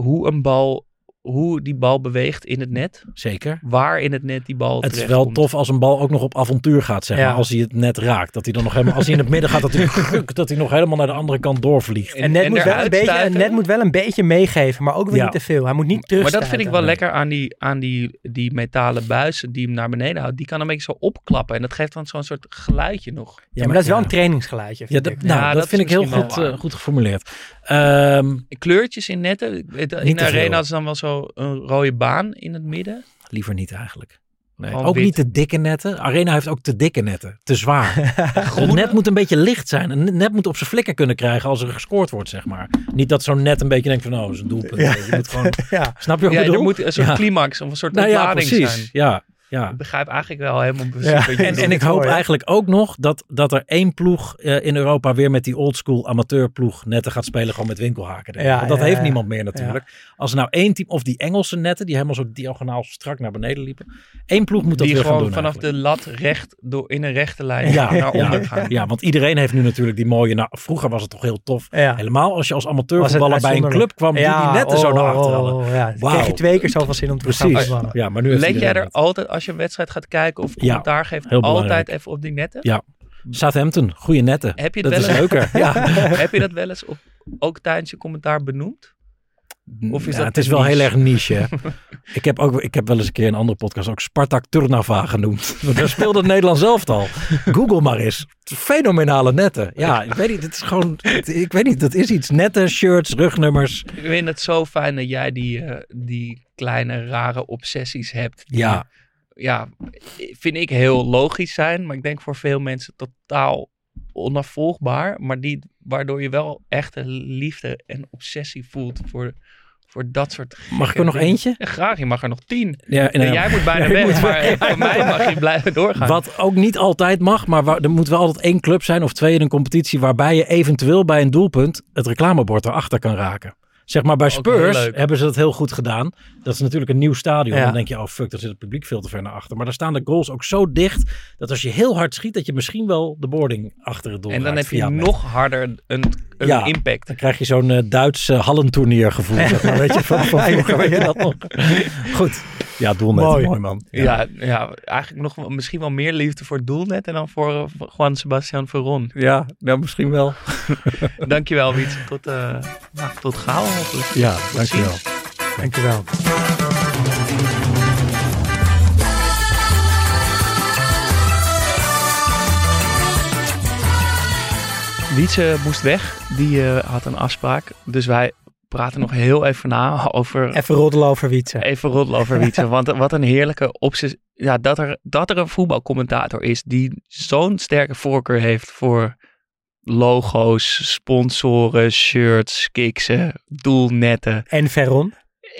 hoe die bal beweegt in het net? Zeker. Waar in het net die bal terecht komt. Het is wel tof als een bal ook nog op avontuur gaat, zeg maar. Als hij het net raakt. Dat hij dan nog helemaal... Als hij in het midden gaat, dat hij nog helemaal naar de andere kant doorvliegt. En net moet wel een beetje meegeven, maar ook weer niet te veel. Hij moet niet terug. Maar dat vind ik wel lekker aan die metalen buizen die hem naar beneden houdt. Die kan een beetje zo opklappen. En dat geeft dan zo'n soort geluidje nog. Ja, maar dat is wel een trainingsgeluidje. Dat vind ik heel goed geformuleerd. Kleurtjes in netten. In de arena is dan wel zo een rode baan in het midden. Liever niet eigenlijk. Nee, ook wit. Niet te dikke netten. Arena heeft ook te dikke netten. Te zwaar. Het net moet een beetje licht zijn. Een net moet op zijn flikker kunnen krijgen als er gescoord wordt, zeg maar. Niet dat zo'n net een beetje denkt van, dat is een doelpunt. Ja. Je moet gewoon... Snap je wat ik bedoel? Er moet een soort climax of een soort ontlading zijn. Ja. Ik begrijp eigenlijk wel helemaal En ik hoop eigenlijk ook nog dat er 1 ploeg in Europa weer met die oldschool amateurploeg netten gaat spelen, gewoon met winkelhaken. Want dat heeft niemand meer natuurlijk. Ja. Als er nou 1 team, of die Engelse netten, die helemaal zo diagonaal strak naar beneden liepen. 1 ploeg moet dat weer gaan doen. Die gewoon vanaf de lat recht in een rechte lijn naar onder gaan. Ja, want iedereen heeft nu natuurlijk die mooie... vroeger was het toch heel tof. Ja. Helemaal als je als amateurvoetballer bij een club kwam die netten zo naar achter hadden. Dan kreeg je 2 keer zoveel zin om te gaan voetballen. Ja, maar nu let jij er altijd, als je een wedstrijd gaat kijken of commentaar geeft, altijd even op die netten? Ja. Southampton, goede netten. Heb je dat is leuker. Heb je dat wel eens ook tijdens je commentaar benoemd? Of is dat het is wel heel erg niche. Hè? ik heb wel eens een keer in een andere podcast ook Spartak Trnava genoemd. Want daar speelde het Nederlands elftal. Google maar eens. Fenomenale netten. Ja, ik weet niet. Het is gewoon... Ik weet niet. Dat is iets. Netten, shirts, rugnummers. Ik vind het zo fijn dat jij die kleine rare obsessies hebt. Ja, vind ik heel logisch zijn. Maar ik denk voor veel mensen totaal onafvolgbaar. Maar waardoor je wel echt een liefde en obsessie voelt voor dat soort... Mag ik er nog eentje? Ja, graag, je mag er nog 10. Ja, jij moet bijna weg, maar voor mij mag je blijven doorgaan. Wat ook niet altijd mag, maar er moet wel altijd 1 club zijn of 2 in een competitie waarbij je eventueel bij een doelpunt het reclamebord erachter kan raken. Zeg maar bij Spurs hebben ze dat heel goed gedaan. Dat is natuurlijk een nieuw stadion. Ja. Dan denk je, oh fuck, daar zit het publiek veel te ver naar achter. Maar daar staan de goals ook zo dicht, dat als je heel hard schiet, dat je misschien wel de boarding achter het doel en dan heb je nog harder een impact. Dan krijg je zo'n Duitse hallentoernier gevoel. Zeg maar, weet je, van vroeger weet je dat nog. Goed. Ja, doelnet, mooi man. Ja, eigenlijk nog misschien wel meer liefde voor het doelnet en dan voor Juan Sebastián Veron. Ja, nou misschien wel. Dankjewel, Wietse. Tot gauw hopelijk. Ja, dankjewel. Dankjewel. Wietse moest weg. Die had een afspraak. Dus wij praten nog heel even na over... Even roddelen over Wietse. Want wat een heerlijke optie. Ja, dat er een voetbalcommentator is die zo'n sterke voorkeur heeft voor logo's, sponsoren, shirts, kiksen, doelnetten. En Veron.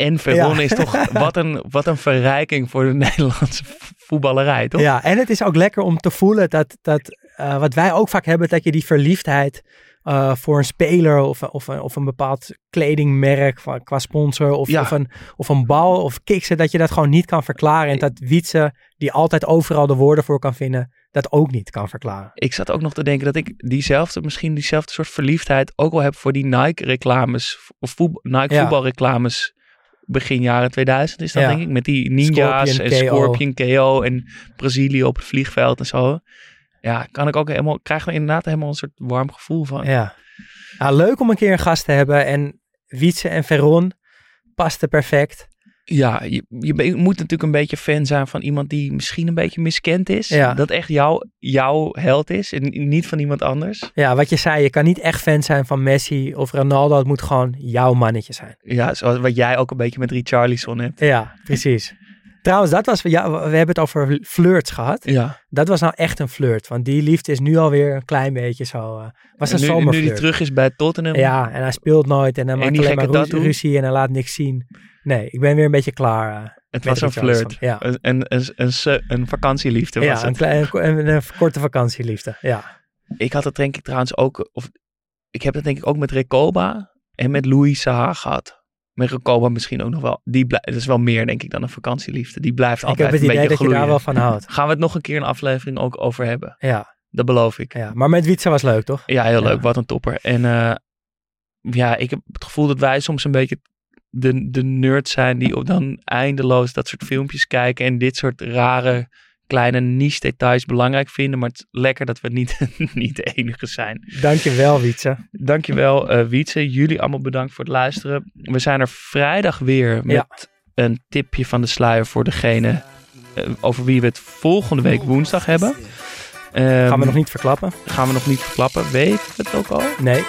Is toch wat een verrijking voor de Nederlandse voetballerij, toch? Ja, en het is ook lekker om te voelen dat wat wij ook vaak hebben, dat je die verliefdheid voor een speler of een bepaald kledingmerk qua sponsor of een bal of kiksen, dat je dat gewoon niet kan verklaren. En dat Wietse, die altijd overal de woorden voor kan vinden, dat ook niet kan verklaren. Ik zat ook nog te denken dat ik diezelfde soort verliefdheid ook wel heb voor die Nike-reclames of Nike voetbalreclames begin jaren 2000 is dat denk ik. Met die ninja's Scorpion KO en Brazilië op het vliegveld en zo. Ja, krijg er inderdaad helemaal een soort warm gevoel van. Ja. Leuk om een keer een gast te hebben. En Wietse en Veron pasten perfect. Ja, je moet natuurlijk een beetje fan zijn van iemand die misschien een beetje miskend is. Ja. Dat echt jouw held is en niet van iemand anders. Ja, wat je zei, je kan niet echt fan zijn van Messi of Ronaldo. Het moet gewoon jouw mannetje zijn. Ja, zoals wat jij ook een beetje met Richarlison hebt. Ja, precies. Trouwens, we hebben het over flirts gehad. Ja. Dat was nou echt een flirt. Want die liefde is nu alweer een klein beetje zo... was een zomerflirt. Nu hij terug is bij Tottenham. Ja, en hij speelt nooit. En hij maakt alleen maar ruzie en hij laat niks zien. Nee, ik ben weer een beetje klaar. Het was een flirt. Ja. Een vakantieliefde was het. Een korte vakantieliefde, ja. Ik had het denk ik trouwens ook... ik heb het denk ik ook met Recoba en met Louis Saha gehad. Met Recoba misschien ook nog wel. Dat is wel meer denk ik dan een vakantieliefde. Die blijft altijd een beetje gloeien. Ik heb het idee dat je daar wel van houdt. Gaan we het nog een keer een aflevering ook over hebben. Ja. Dat beloof ik. Ja, maar met Wietse was leuk, toch? Ja, heel leuk. Wat een topper. En ik heb het gevoel dat wij soms een beetje de nerds zijn die dan eindeloos dat soort filmpjes kijken en dit soort rare kleine niche details belangrijk vinden. Maar het is lekker dat we niet de enige zijn. Dankjewel, Wietse. Dankjewel, Wietse. Jullie allemaal bedankt voor het luisteren. We zijn er vrijdag weer met een tipje van de sluier voor degene over wie we het volgende week woensdag hebben. Gaan we nog niet verklappen? Weet je het ook al? Nee.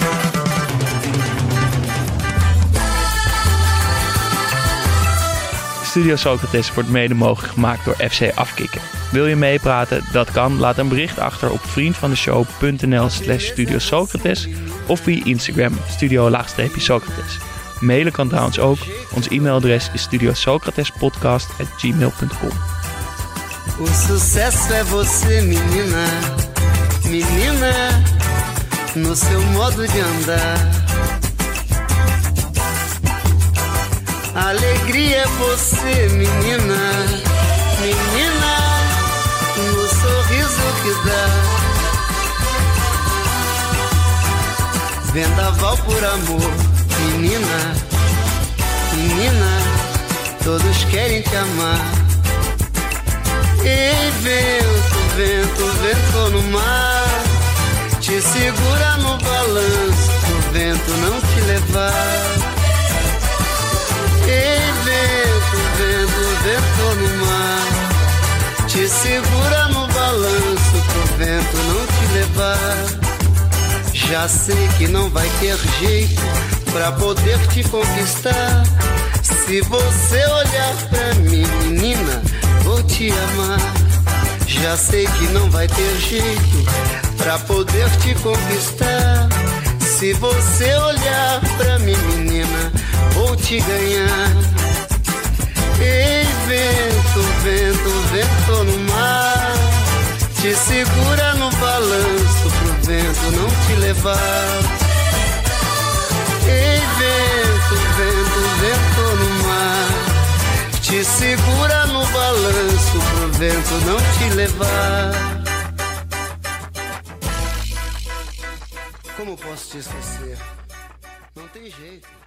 Studio Socrates wordt mede mogelijk gemaakt door FC Afkikken. Wil je meepraten? Dat kan. Laat een bericht achter op vriendvandeshow.nl/Studio Socrates of via Instagram studio_Socrates. Mailen kan trouwens ook. Ons e-mailadres is studiosocratespodcast@gmail.com. O sucesso é você, menina, menina, no seu modo de andar. Alegria é você, menina, menina, no sorriso que dá. Vendaval por amor, menina, menina, todos querem te amar. Ei, vento, vento, vento no mar, te segura no balanço, pro vento não te levar. Ei, vento, vento, vento no mar, te segura no balanço, pro vento não te levar. Já sei que não vai ter jeito pra poder te conquistar. Se você olhar pra mim, menina, vou te amar. Já sei que não vai ter jeito pra poder te conquistar. Se você olhar pra mim, menina, vou te ganhar. Ei, vento, vento, vento no mar, te segura no balanço pro vento não te levar. Ei, vento, vento, vento no mar, te segura no balanço pro vento não te levar. Como posso te esquecer? Não tem jeito.